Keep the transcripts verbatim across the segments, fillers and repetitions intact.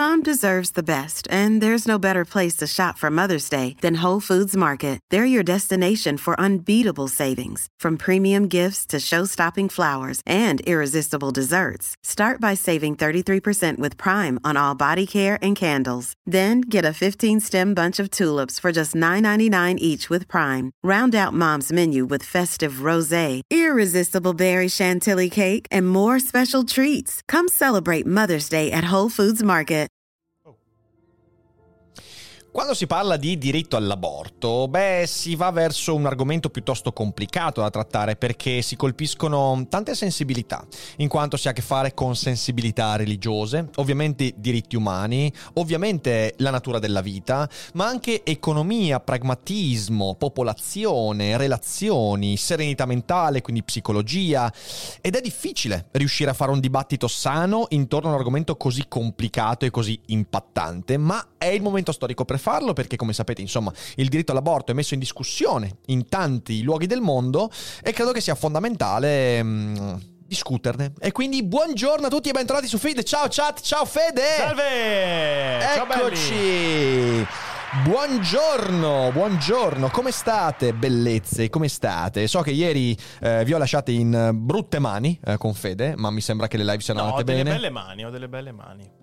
Mom deserves the best, and there's no better place to shop for Mother's Day than Whole Foods Market. They're your destination for unbeatable savings, from premium gifts to show-stopping flowers and irresistible desserts. Start by saving thirty-three percent with Prime on all body care and candles. Then get a fifteen-stem bunch of tulips for just nine ninety-nine each with Prime. Round out Mom's menu with festive rosé, irresistible berry chantilly cake, and more special treats. Come celebrate Mother's Day at Whole Foods Market. Quando si parla di diritto all'aborto, beh, si va verso un argomento piuttosto complicato da trattare perché si colpiscono tante sensibilità, in quanto si ha a che fare con sensibilità religiose, ovviamente diritti umani, ovviamente la natura della vita, ma anche economia, pragmatismo, popolazione, relazioni, serenità mentale, quindi psicologia. Ed è difficile riuscire a fare un dibattito sano intorno a un argomento così complicato e così impattante, ma è il momento storico per farlo perché, come sapete, insomma, il diritto all'aborto è messo in discussione in tanti luoghi del mondo e credo che sia fondamentale mh, discuterne. E quindi buongiorno a tutti e bentornati su Feed. Ciao chat, ciao Fede. Salve. Eccoci. Ciao, buongiorno, buongiorno, come state bellezze, come state? So che ieri eh, vi ho lasciate in brutte mani eh, con Fede, ma mi sembra che le live siano no, andate bene. bene. Ho delle belle mani, ho delle belle mani.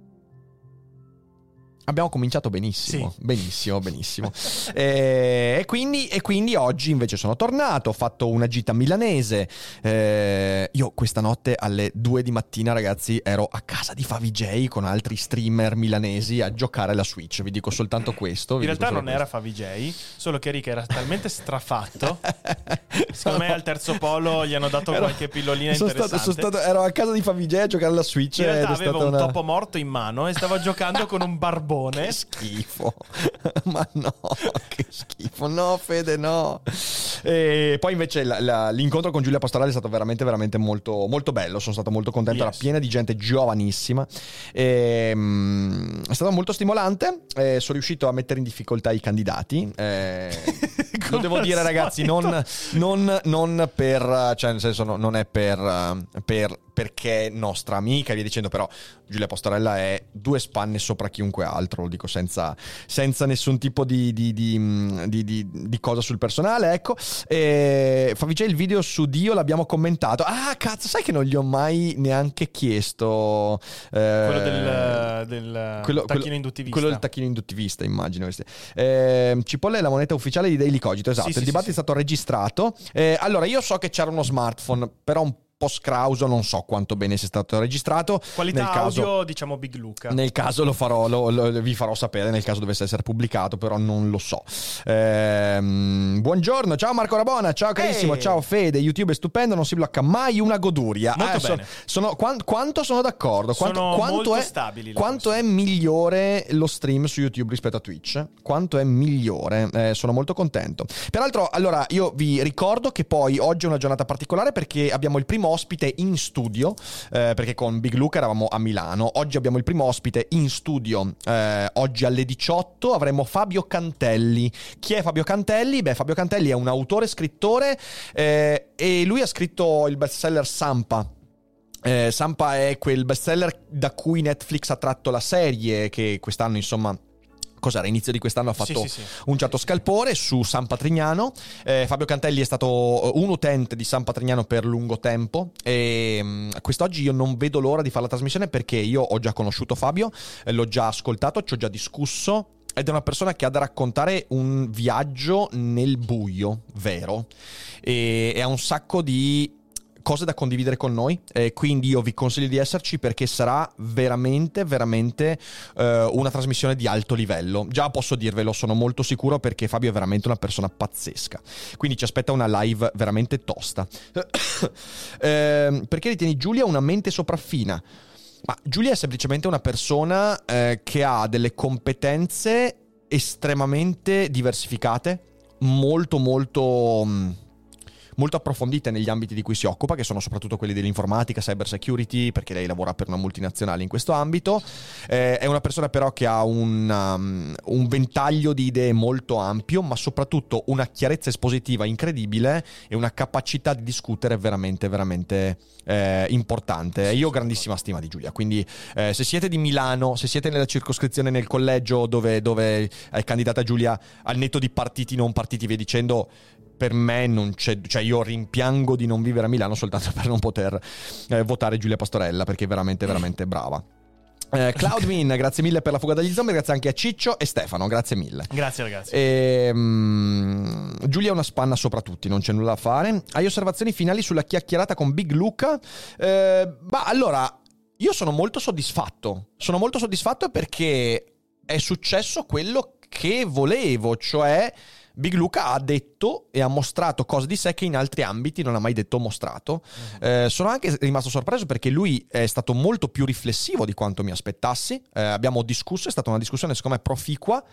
Abbiamo cominciato benissimo, sì. benissimo, benissimo. e, e, quindi, e quindi oggi invece sono tornato, ho fatto una gita milanese. Eh, io questa notte alle due di mattina, ragazzi, ero a casa di Favij con altri streamer milanesi a giocare alla Switch. Vi dico soltanto questo. In realtà non questo. era Favij, solo che Rick era talmente strafatto. Secondo me al terzo polo gli hanno dato ero, qualche pillolina sono interessante. Stato, sono stato, ero a casa di Favij a giocare alla Switch. In realtà aveva un una... topo morto in mano e stava giocando con un barbone. Che schifo. Ma no, che schifo. No, Fede, no. E poi invece la, la, l'incontro con Giulia Pastorale è stato veramente, veramente molto, molto bello. Sono stato molto contento. Yes. Era piena di gente giovanissima. E, um, è stato molto stimolante. E sono riuscito a mettere in difficoltà i candidati. E, lo devo dire, ragazzi, non, non, non per, cioè nel senso, no, non è per, per perché nostra amica e via dicendo, però Giulia Pastorella è due spanne sopra chiunque altro, lo dico senza, senza nessun tipo di, di, di, di, di, di cosa sul personale, ecco. E Favij, il video su Dio l'abbiamo commentato. Ah, cazzo, sai che non gli ho mai neanche chiesto eh, quello del, del quello, tacchino quello, induttivista. Quello del tacchino induttivista, immagino. Eh, Cipolla è la moneta ufficiale di Daily Cogito, esatto. Sì, il sì, dibattito sì, è stato registrato. Eh, allora, io so che c'era uno smartphone, però un po' scrauso, non so quanto bene sia stato registrato. Qualità nel caso, audio, diciamo Big Luca. Nel caso lo farò, lo, lo, vi farò sapere nel caso dovesse essere pubblicato, però non lo so. Ehm, buongiorno, ciao Marco Rabona, ciao carissimo, Ehi. ciao Fede, YouTube è stupendo, non si blocca mai una goduria. Molto eh, bene. Sono, sono, quant, quanto sono d'accordo? Quanto, sono quanto molto è, stabili. Quanto è migliore lo stream su YouTube rispetto a Twitch? Quanto è migliore? Eh, sono molto contento. Peraltro, allora, io vi ricordo che poi oggi è una giornata particolare perché abbiamo il primo ospite in studio, eh, perché con Big Luca eravamo a Milano. Oggi abbiamo il primo ospite in studio, eh, oggi alle diciotto avremo Fabio Cantelli. Chi è Fabio Cantelli? Beh, Fabio Cantelli è un autore, scrittore, eh, e lui ha scritto il bestseller Sampa. Eh, Sampa è quel bestseller da cui Netflix ha tratto la serie, che quest'anno, insomma, cos'era? Inizio di quest'anno ha fatto sì, sì, sì. un certo scalpore su San Patrignano. Eh, Fabio Cantelli è stato un utente di San Patrignano per lungo tempo e mh, quest'oggi io non vedo l'ora di fare la trasmissione perché io ho già conosciuto Fabio, eh, l'ho già ascoltato, ci ho già discusso ed è una persona che ha da raccontare un viaggio nel buio, vero, e, e ha un sacco di cose da condividere con noi, eh, quindi io vi consiglio di esserci perché sarà veramente veramente eh, una trasmissione di alto livello. Già posso dirvelo, sono molto sicuro perché Fabio è veramente una persona pazzesca, quindi ci aspetta una live veramente tosta. eh, perché ritieni Giulia una mente sopraffina? Ma Giulia è semplicemente una persona eh, che ha delle competenze estremamente diversificate, molto molto mh, molto approfondite negli ambiti di cui si occupa, che sono soprattutto quelli dell'informatica, cyber security, perché lei lavora per una multinazionale in questo ambito. Eh, è una persona però che ha un, um, un ventaglio di idee molto ampio, ma soprattutto una chiarezza espositiva incredibile e una capacità di discutere veramente, veramente eh, importante. Io ho grandissima stima di Giulia, quindi eh, se siete di Milano, se siete nella circoscrizione, nel collegio dove, dove è candidata Giulia, al netto di partiti, non partiti, via dicendo, per me non c'è, cioè io rimpiango di non vivere a Milano soltanto per non poter eh, votare Giulia Pastorella, perché è veramente, veramente brava. Eh, Cloudmin, grazie mille per la fuga dagli zombie, grazie anche a Ciccio e Stefano, grazie mille. Grazie ragazzi. E, um, Giulia è una spanna sopra tutti, non c'è nulla da fare. Hai osservazioni finali sulla chiacchierata con Big Luca? Eh, bah, allora, io sono molto soddisfatto. Sono molto soddisfatto perché è successo quello che volevo, cioè Big Luca ha detto e ha mostrato cose di sé che in altri ambiti non ha mai detto o mostrato. Uh-huh. Eh, sono anche rimasto sorpreso perché lui è stato molto più riflessivo di quanto mi aspettassi. Eh, abbiamo discusso, è stata una discussione secondo me proficua,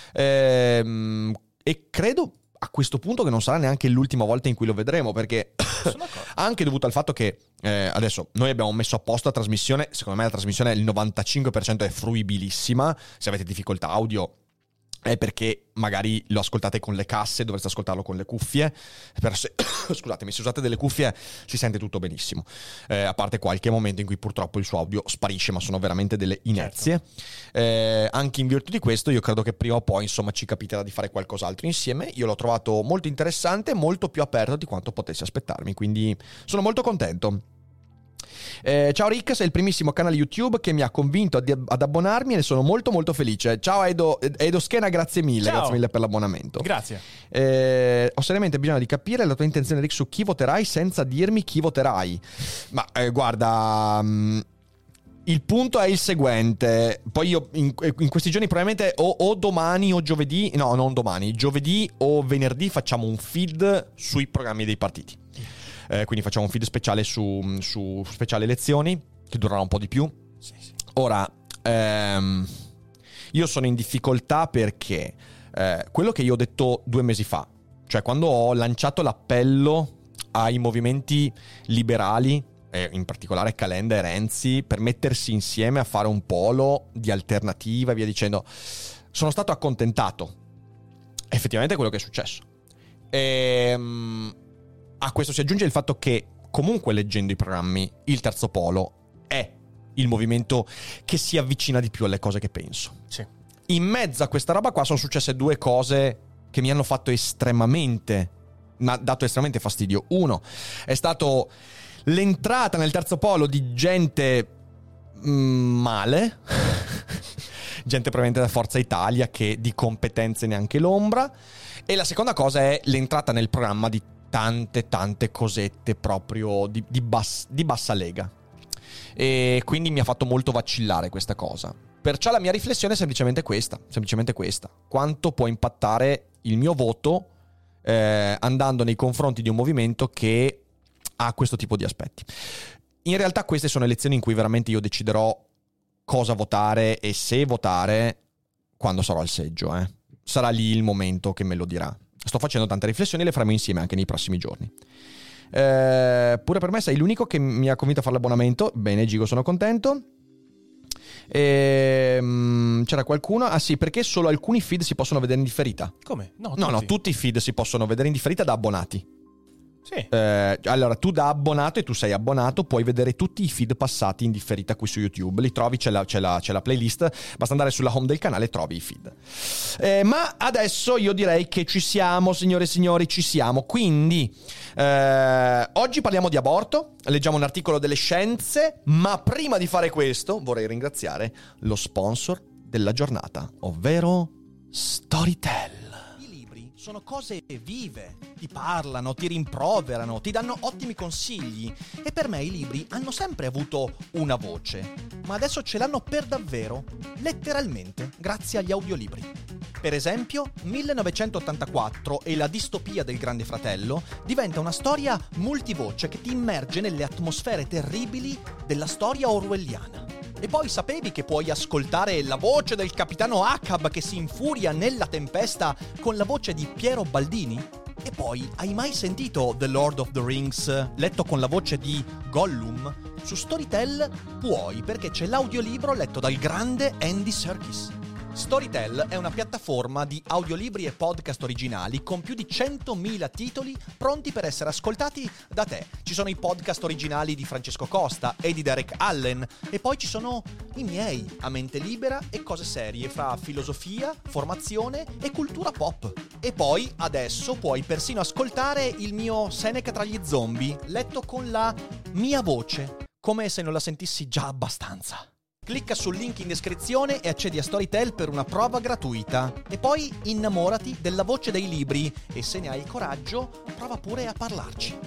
eh, e credo a questo punto che non sarà neanche l'ultima volta in cui lo vedremo, perché anche dovuto al fatto che eh, adesso noi abbiamo messo a posto la trasmissione. Secondo me la trasmissione il novantacinque per cento è fruibilissima. Se avete difficoltà audio è perché magari lo ascoltate con le casse, dovreste ascoltarlo con le cuffie. Per se, scusatemi, se usate delle cuffie si sente tutto benissimo, eh, a parte qualche momento in cui purtroppo il suo audio sparisce, ma sono veramente delle inezie. Certo. Eh, anche in virtù di questo io credo che prima o poi insomma ci capiterà di fare qualcos'altro insieme. Io l'ho trovato molto interessante, molto più aperto di quanto potessi aspettarmi, quindi sono molto contento. Eh, ciao Rick, sei il primissimo canale YouTube che mi ha convinto ad, ad abbonarmi e ne sono molto molto felice. Ciao Edo, Edo Schena, grazie mille, ciao. Grazie mille per l'abbonamento. Grazie. Eh, ho seriamente bisogno di capire la tua intenzione, Rick, su chi voterai senza dirmi chi voterai. Ma eh, guarda, mh, il punto è il seguente. Poi io in, in questi giorni probabilmente o, o domani o giovedì, no non domani, giovedì o venerdì facciamo un feed sui programmi dei partiti. Eh, quindi facciamo un feed speciale su, su speciale elezioni, che durerà un po' di più. Sì, sì. Ora, ehm, io sono in difficoltà perché eh, quello che io ho detto due mesi fa, cioè quando ho lanciato l'appello ai movimenti liberali, eh, in particolare Calenda e Renzi, per mettersi insieme a fare un polo di alternativa e via dicendo, sono stato accontentato. Effettivamente è quello che è successo. Ehm... A questo si aggiunge il fatto che, comunque leggendo i programmi, il terzo polo è il movimento che si avvicina di più alle cose che penso. Sì. In mezzo a questa roba qua sono successe due cose che mi hanno fatto estremamente, ma dato estremamente fastidio. Uno è stato l'entrata nel terzo polo di gente mm, male, gente proveniente da Forza Italia che di competenze neanche l'ombra, e la seconda cosa è l'entrata nel programma di tante tante cosette proprio di, di, bass, di bassa lega, e quindi mi ha fatto molto vacillare questa cosa. Perciò la mia riflessione è semplicemente questa, semplicemente questa: quanto può impattare il mio voto eh, andando nei confronti di un movimento che ha questo tipo di aspetti. In realtà queste sono elezioni in cui veramente io deciderò cosa votare e se votare quando sarò al seggio, eh. Sarà lì il momento che me lo dirà. Sto facendo tante riflessioni e le faremo insieme anche nei prossimi giorni. Eh, pure per me sei l'unico che mi ha convinto a fare l'abbonamento. Bene Gigo, sono contento. E, um, c'era qualcuno? Ah sì, perché solo alcuni feed si possono vedere in differita. Come? No, no, tutti. no, tutti i feed si possono vedere in differita da abbonati. Sì. Eh, allora tu da abbonato, e tu sei abbonato, puoi vedere tutti i feed passati in differita qui su YouTube. Li trovi, c'è la, c'è la, c'è la playlist, basta andare sulla home del canale e trovi i feed. Eh, ma adesso io direi che ci siamo, signore e signori, ci siamo. Quindi eh, oggi parliamo di aborto, leggiamo un articolo delle Scienze, ma prima di fare questo vorrei ringraziare lo sponsor della giornata, ovvero Storytel. Sono cose vive, ti parlano, ti rimproverano, ti danno ottimi consigli, e per me i libri hanno sempre avuto una voce, ma adesso ce l'hanno per davvero, letteralmente, grazie agli audiolibri. Per esempio, millenovecentottantaquattro e la distopia del Grande Fratello diventa una storia multivoce che ti immerge nelle atmosfere terribili della storia orwelliana. E poi sapevi che puoi ascoltare la voce del capitano Ahab che si infuria nella tempesta con la voce di Piero Baldini? E poi, hai mai sentito The Lord of the Rings letto con la voce di Gollum? Su Storytel puoi, perché c'è l'audiolibro letto dal grande Andy Serkis. Storytel è una piattaforma di audiolibri e podcast originali con più di centomila titoli pronti per essere ascoltati da te. Ci sono i podcast originali di Francesco Costa e di Derek Allen, e poi ci sono i miei, A Mente Libera e Cose Serie, fra filosofia, formazione e cultura pop. E poi adesso puoi persino ascoltare il mio Seneca tra gli zombie, letto con la mia voce, come se non la sentissi già abbastanza. Clicca sul link in descrizione e accedi a Storytel per una prova gratuita. E poi innamorati della voce dei libri e, se ne hai il coraggio, prova pure a parlarci.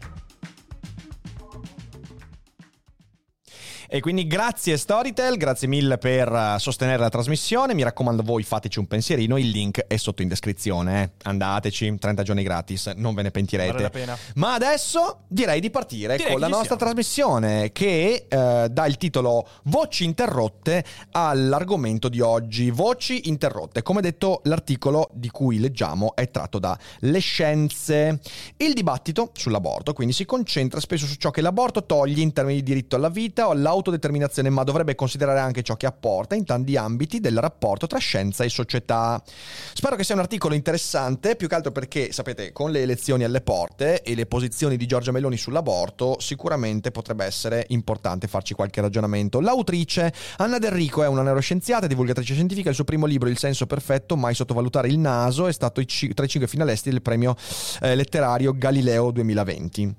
E quindi grazie Storytel, grazie mille per sostenere la trasmissione. Mi raccomando, voi fateci un pensierino, il link è sotto in descrizione, eh. Andateci, trenta giorni gratis, non ve ne pentirete. Vale la pena. Ma adesso direi di partire direi con la nostra siamo. trasmissione, che eh, dà il titolo Voci interrotte all'argomento di oggi. Voci interrotte. Come detto, l'articolo di cui leggiamo è tratto da Le Scienze. Il dibattito sull'aborto quindi si concentra spesso su ciò che l'aborto toglie in termini di diritto alla vita o all'autodeterminazione, ma dovrebbe considerare anche ciò che apporta in tanti ambiti del rapporto tra scienza e società. Spero che sia un articolo interessante, più che altro perché, sapete, con le elezioni alle porte e le posizioni di Giorgia Meloni sull'aborto, sicuramente potrebbe essere importante farci qualche ragionamento. L'autrice Anna Del Rico è una neuroscienziata e divulgatrice scientifica. Il suo primo libro, Il senso perfetto, mai sottovalutare il naso, è stato tra i cinque finalisti del premio eh, letterario Galileo duemilaventi.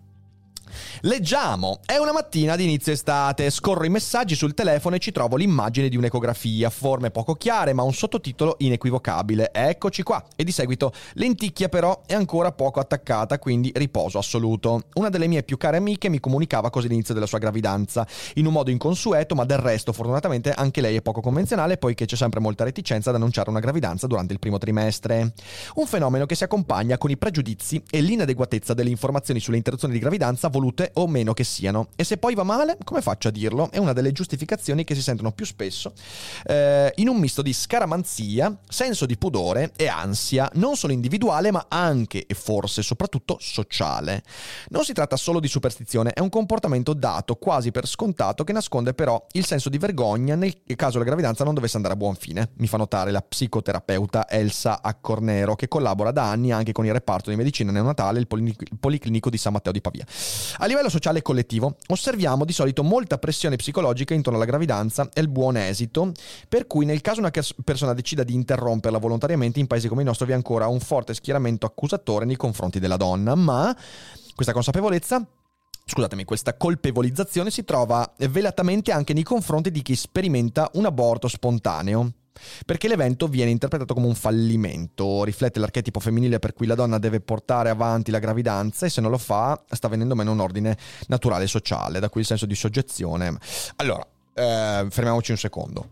Leggiamo: è una mattina di inizio estate, scorro i messaggi sul telefono e ci trovo l'immagine di un'ecografia, forme poco chiare ma un sottotitolo inequivocabile: eccoci qua. E di seguito: lenticchia però è ancora poco attaccata, quindi riposo assoluto. Una delle mie più care amiche mi comunicava così l'inizio della sua gravidanza, in un modo inconsueto, ma del resto fortunatamente anche lei è poco convenzionale, poiché c'è sempre molta reticenza ad annunciare una gravidanza durante il primo trimestre. Un fenomeno che si accompagna con i pregiudizi e l'inadeguatezza delle informazioni sulle interruzioni di gravidanza, volute o meno che siano. E se poi va male, come faccio a dirlo? È una delle giustificazioni che si sentono più spesso eh, in un misto di scaramanzia, senso di pudore e ansia, non solo individuale ma anche e forse soprattutto sociale. Non si tratta solo di superstizione, è un comportamento dato quasi per scontato che nasconde però il senso di vergogna nel caso la gravidanza non dovesse andare a buon fine, mi fa notare la psicoterapeuta Elsa Accornero, che collabora da anni anche con il reparto di medicina neonatale, il Policlinico di San Matteo di Pavia. A livello sociale e collettivo osserviamo di solito molta pressione psicologica intorno alla gravidanza e il buon esito, per cui nel caso una persona decida di interromperla volontariamente, in paesi come il nostro vi è ancora un forte schieramento accusatore nei confronti della donna, ma questa consapevolezza Scusatemi, questa colpevolizzazione si trova velatamente anche nei confronti di chi sperimenta un aborto spontaneo, perché l'evento viene interpretato come un fallimento, riflette l'archetipo femminile per cui la donna deve portare avanti la gravidanza e se non lo fa sta venendo meno un ordine naturale e sociale, da cui il senso di soggezione. Allora, eh, fermiamoci un secondo.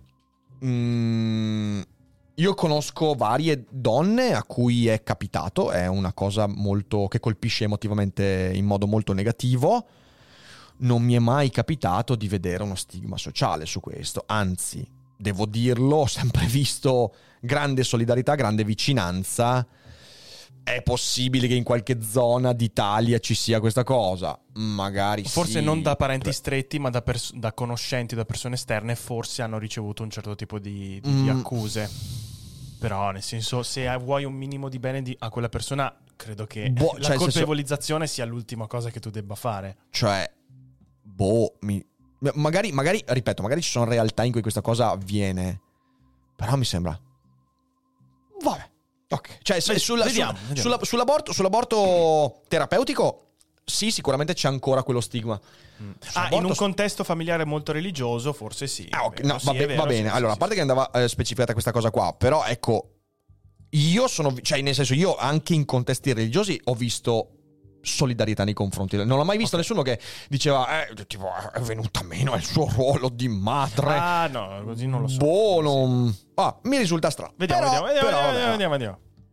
Mm, io conosco varie donne a cui è capitato, è una cosa molto che colpisce emotivamente in modo molto negativo. Non mi è mai capitato di vedere uno stigma sociale su questo, anzi, devo dirlo, ho sempre visto grande solidarietà, grande vicinanza. È possibile che in qualche zona d'Italia ci sia questa cosa? Magari forse sì. non da parenti stretti, ma da, pers- da conoscenti o da persone esterne, forse hanno ricevuto un certo tipo di, di mm. accuse. Però, nel senso, se vuoi un minimo di bene di- a quella persona, credo che boh, la cioè, colpevolizzazione senso... sia l'ultima cosa che tu debba fare. Cioè, boh, mi... magari, magari, ripeto, magari ci sono realtà in cui questa cosa avviene, però mi sembra... Vabbè. Ok, cioè se, sulla, vediamo, sulla, vediamo. Sulla, sull'aborto, sull'aborto terapeutico, sì, sicuramente c'è ancora quello stigma. Mm. Ah, in un contesto familiare molto religioso, forse sì. Ah, okay. Vero, No, sì, va, be- vero, va bene. sì, allora, sì, a parte sì. che andava eh, specificata questa cosa qua, però ecco, io sono, cioè nel senso, io anche in contesti religiosi ho visto solidarietà nei confronti. Non ho mai visto okay. nessuno che diceva eh, tipo è venuta meno il suo ruolo di madre. Ah, no, così non lo so. Boh, non... ah, mi risulta strano. Vediamo, però, vediamo, vediamo, però, vediamo, vediamo, vediamo.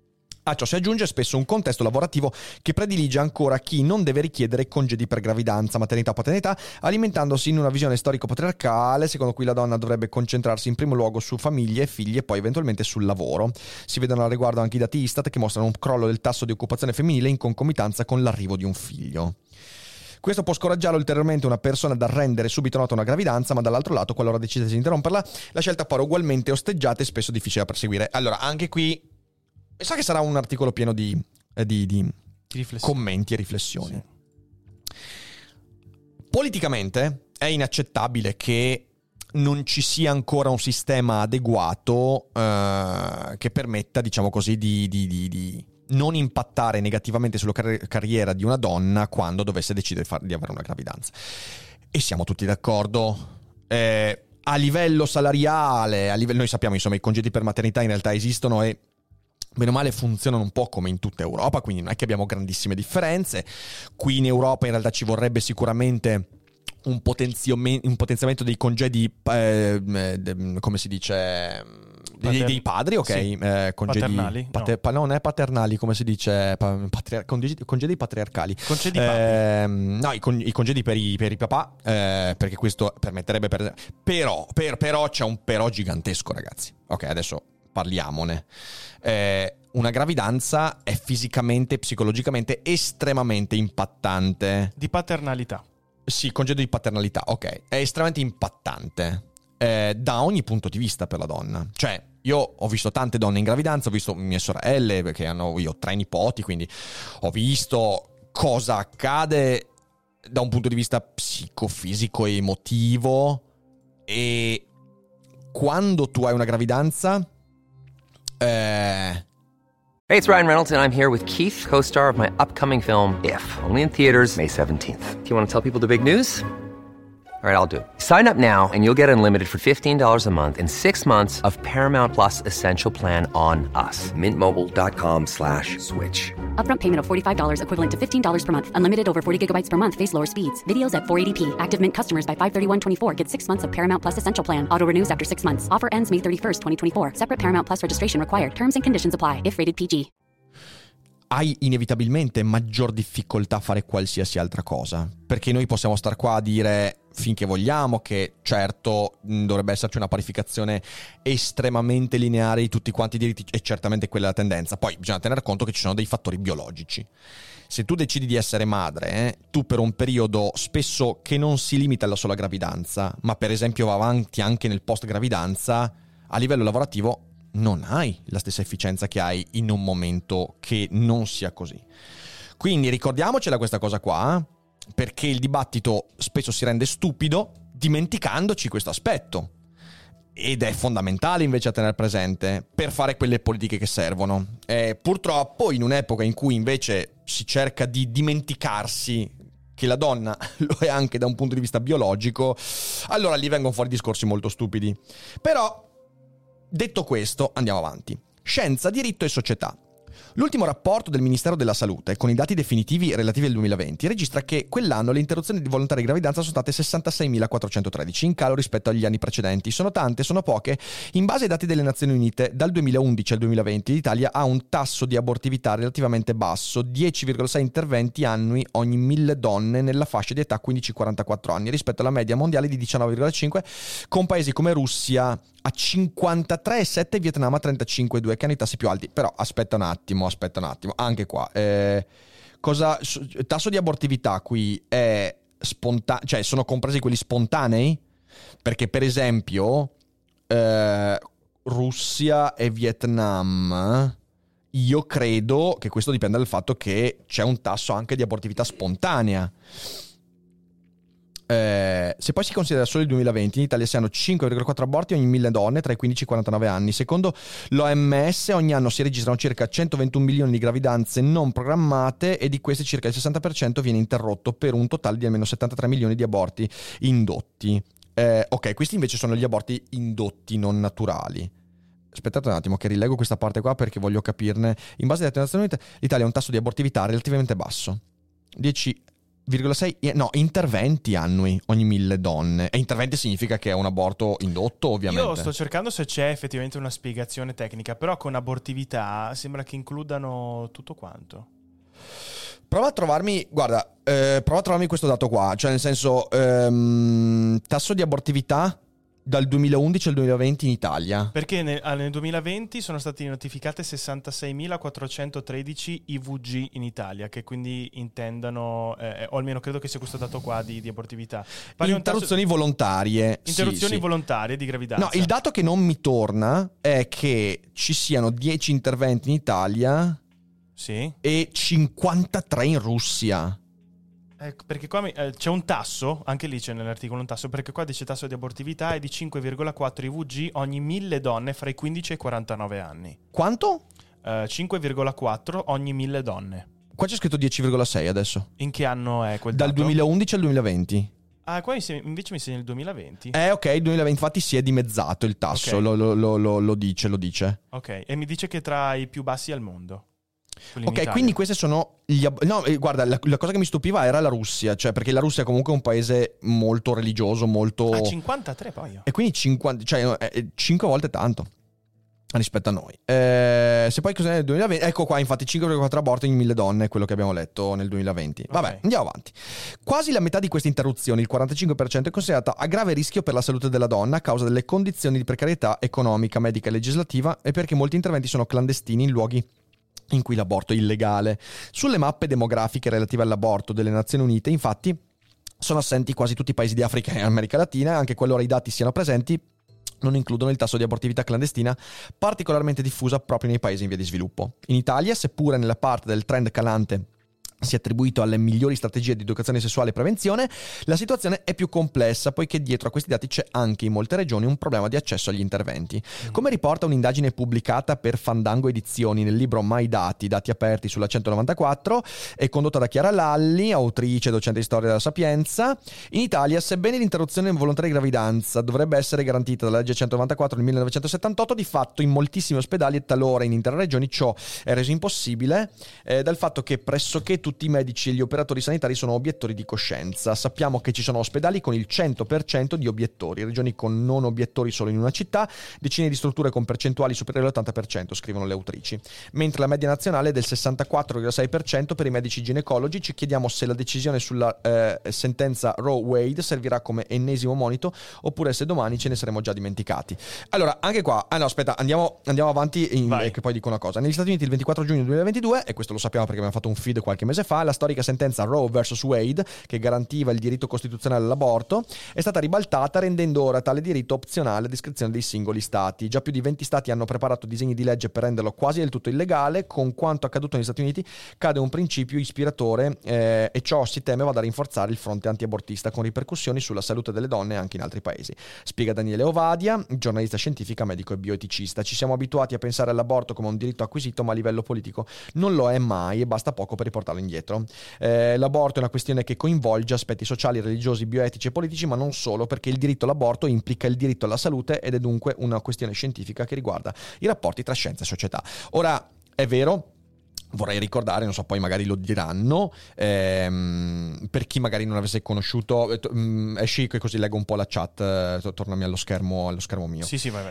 A ciò si aggiunge spesso un contesto lavorativo che predilige ancora chi non deve richiedere congedi per gravidanza, maternità o paternità, alimentandosi in una visione storico-patriarcale secondo cui la donna dovrebbe concentrarsi in primo luogo su famiglie e figli e poi eventualmente sul lavoro. Si vedono al riguardo anche i dati Istat che mostrano un crollo del tasso di occupazione femminile in concomitanza con l'arrivo di un figlio. Questo può scoraggiare ulteriormente una persona dal rendere subito nota una gravidanza, ma dall'altro lato, qualora decidesse di interromperla, la scelta appare ugualmente osteggiata e spesso difficile da perseguire. Allora, anche qui sa che sarà un articolo pieno di, eh, di, di commenti e riflessioni. Sì. Politicamente è inaccettabile che non ci sia ancora un sistema adeguato eh, che permetta, diciamo così, di, di, di, di non impattare negativamente sulla car- carriera di una donna quando dovesse decidere di, far, di avere una gravidanza. E siamo tutti d'accordo. Eh, a livello salariale, a livello, noi sappiamo, insomma, i congedi per maternità in realtà esistono e bene o male funzionano un po' come in tutta Europa, quindi non è che abbiamo grandissime differenze. Qui in Europa in realtà ci vorrebbe sicuramente un, potenzio- un potenziamento dei congedi, eh, come si dice, dei, dei padri, ok? Sì. Eh, congedi paternali? Pater- no. pa- non è paternali, come si dice, patri- congedi, congedi patriarcali. Concedi eh, no, i, con- i congedi per i, per i papà, eh, perché questo permetterebbe per però, per, però c'è un però gigantesco, ragazzi. Ok, adesso parliamone. Eh, una gravidanza è fisicamente e psicologicamente estremamente impattante. Di paternalità. Sì, congedo di paternalità, ok. È estremamente impattante eh, da ogni punto di vista per la donna. Cioè, io ho visto tante donne in gravidanza, ho visto mie sorelle, perché hanno, io ho tre nipoti, quindi ho visto cosa accade da un punto di vista psicofisico e emotivo. E quando tu hai una gravidanza... Eh... Hey, it's Ryan Reynolds, and I'm here with Keith, co-star of my upcoming film, If, only in theaters May seventeenth. Do you want to tell people the big news? All right, I'll do it. Sign up now and you'll get unlimited for fifteen dollars a month and six months of Paramount Plus Essential Plan on us. Mint Mobile dot com slash switch. Upfront payment of forty-five dollars equivalent to fifteen dollars per month. Unlimited over forty gigabytes per month. Face lower speeds. Videos at four eighty p. Active Mint customers by five thirty-one twenty-four get six months of Paramount Plus Essential Plan. Auto renews after six months. Offer ends May thirty-first, twenty twenty-four. Separate Paramount Plus registration required. Terms and conditions apply if rated P G. Hai inevitabilmente maggior difficoltà a fare qualsiasi altra cosa, perché noi possiamo star qua a dire finché vogliamo che certo dovrebbe esserci una parificazione estremamente lineare di tutti quanti i diritti, e certamente quella è la tendenza. Poi bisogna tener conto che ci sono dei fattori biologici. Se tu decidi di essere madre, eh, tu per un periodo spesso che non si limita alla sola gravidanza, ma per esempio va avanti anche nel post gravidanza, a livello lavorativo non hai la stessa efficienza che hai in un momento che non sia così. Quindi ricordiamocela questa cosa qua, perché il dibattito spesso si rende stupido dimenticandoci questo aspetto, ed è fondamentale invece a tenere presente per fare quelle politiche che servono. E purtroppo in un'epoca in cui invece si cerca di dimenticarsi che la donna lo è anche da un punto di vista biologico, allora lì vengono fuori discorsi molto stupidi. Però detto questo, andiamo avanti. Scienza, diritto e società. L'ultimo rapporto del Ministero della Salute, con i dati definitivi relativi al duemilaventi, registra che quell'anno le interruzioni di volontaria di gravidanza sono state sessantaseimilaquattrocentotredici, in calo rispetto agli anni precedenti. Sono tante, sono poche? In base ai dati delle Nazioni Unite, dal duemilaundici al duemilaventi l'Italia ha un tasso di abortività relativamente basso, dieci virgola sei interventi annui ogni mille donne nella fascia di età quindici quarantaquattro anni, rispetto alla media mondiale di diciannove virgola cinque, con paesi come Russia a cinquantatré virgola sette e Vietnam a trentacinque virgola due, che hanno i tassi più alti. Però aspetta un attimo, aspetta un attimo, anche qua eh, cosa, tasso di abortività qui è spontaneo, cioè sono compresi quelli spontanei? Perché per esempio eh, Russia e Vietnam, io credo che questo dipenda dal fatto che c'è un tasso anche di abortività spontanea. Eh, se poi si considera solo il duemilaventi, in Italia si hanno cinque virgola quattro aborti ogni mille donne tra i quindici e i quarantanove anni. Secondo l'O M S ogni anno si registrano circa centoventuno milioni di gravidanze non programmate, e di queste circa il sessanta per cento viene interrotto, per un totale di almeno settantatré milioni di aborti indotti. Eh, ok, questi invece sono gli aborti indotti non naturali. Aspettate un attimo che rilego questa parte qua perché voglio capirne. In base alle Nazioni Unite, l'Italia ha un tasso di abortività relativamente basso, dieci virgola sei no, interventi annui ogni mille donne. E interventi significa che è un aborto indotto, ovviamente. Io sto cercando se c'è effettivamente una spiegazione tecnica, però con abortività sembra che includano tutto quanto. Prova a trovarmi, guarda, eh, prova a trovarmi questo dato qua, cioè nel senso, ehm, tasso di abortività dal duemilaundici al duemilaventi in Italia. Perché nel, nel duemilaventi sono stati notificate sessantaseimilaquattrocentotredici I V G in Italia, che quindi intendano, eh, o almeno credo che sia questo dato qua di, di abortività. Pari Interruzioni tasso... volontarie. Interruzioni sì, sì. volontarie di gravidanza. No, il dato che non mi torna è che ci siano dieci interventi in Italia sì. e cinquantatré in Russia. Eh, perché qua mi, eh, c'è un tasso, anche lì c'è nell'articolo un tasso, perché qua dice tasso di abortività è di cinque virgola quattro I V G ogni mille donne fra i quindici e i quarantanove anni. Quanto? Eh, cinque virgola quattro ogni mille donne. Qua c'è scritto dieci virgola sei adesso. In che anno è quel Dal dato? duemilaundici al duemilaventi. Ah, qua invece mi segna il duemilaventi. Eh, ok, duemilaventi, infatti si è dimezzato il tasso, Okay. lo, lo, lo, lo, lo dice, lo dice. Ok, e mi dice che tra i più bassi al mondo. Quelli in Ok, Italia. quindi queste sono gli ab- no, eh, guarda, la, la cosa che mi stupiva era la Russia, cioè perché la Russia è comunque un paese molto religioso, molto... Ah, cinquantatré poi. E quindi cinquanta, cioè eh, cinque volte tanto rispetto a noi. Eh, se poi cos'è nel duemilaventi? Ecco qua, infatti cinque virgola quattro aborti in mille donne è quello che abbiamo letto nel duemilaventi. Vabbè, Ok. andiamo avanti. Quasi la metà di queste interruzioni, il quarantacinque per cento, è considerata a grave rischio per la salute della donna a causa delle condizioni di precarietà economica, medica e legislativa e perché molti interventi sono clandestini in luoghi in cui l'aborto è illegale. Sulle mappe demografiche relative all'aborto delle Nazioni Unite, infatti, sono assenti quasi tutti i paesi di Africa e America Latina, anche qualora i dati siano presenti, non includono il tasso di abortività clandestina particolarmente diffusa proprio nei paesi in via di sviluppo. In Italia, seppure nella parte del trend calante si è attribuito alle migliori strategie di educazione sessuale e prevenzione, la situazione è più complessa poiché dietro a questi dati c'è anche in molte regioni un problema di accesso agli interventi. Come riporta un'indagine pubblicata per Fandango Edizioni nel libro Mai Dati, dati aperti sulla centonovantaquattro e condotta da Chiara Lalli, autrice e docente di storia della Sapienza, in Italia, sebbene l'interruzione involontaria di gravidanza dovrebbe essere garantita dalla legge centonovantaquattro del millenovecentosettantotto, di fatto in moltissimi ospedali e talora in intere regioni ciò è reso impossibile eh, dal fatto che pressoché tutti i medici e gli operatori sanitari sono obiettori di coscienza. Sappiamo che ci sono ospedali con il cento per cento di obiettori, regioni con non obiettori solo in una città, decine di strutture con percentuali superiori all'ottanta per cento, scrivono le autrici. Mentre la media nazionale è del sessantaquattro virgola sei per cento per i medici ginecologi. Ci chiediamo se la decisione sulla eh, sentenza Roe-Wade servirà come ennesimo monito oppure se domani ce ne saremo già dimenticati. Allora, anche qua, ah no, aspetta, andiamo, andiamo avanti in, e che poi dico una cosa. Negli Stati Uniti il ventiquattro giugno duemilaventidue, e questo lo sappiamo perché abbiamo fatto un feed qualche mese fa, la storica sentenza Roe versus Wade, che garantiva il diritto costituzionale all'aborto, è stata ribaltata rendendo ora tale diritto opzionale a discrezione dei singoli stati. Già più di venti stati hanno preparato disegni di legge per renderlo quasi del tutto illegale. Con quanto accaduto negli Stati Uniti cade un principio ispiratore eh, e ciò si teme vada a rinforzare il fronte antiabortista con ripercussioni sulla salute delle donne anche in altri paesi. Spiega Daniele Ovadia, giornalista scientifica, medico e bioeticista. Ci siamo abituati a pensare all'aborto come un diritto acquisito, ma a livello politico non lo è mai e basta poco per riportarlo indietro. Eh, l'aborto è una questione che coinvolge aspetti sociali, religiosi, bioetici e politici, ma non solo, perché il diritto all'aborto implica il diritto alla salute ed è dunque una questione scientifica che riguarda i rapporti tra scienza e società. Ora, è vero, vorrei ricordare, non so, poi magari lo diranno, ehm, per chi magari non avesse conosciuto, eh, mm, esci che così leggo un po' la chat, eh, tornami allo schermo, allo schermo mio. Sì, sì, vai, vai.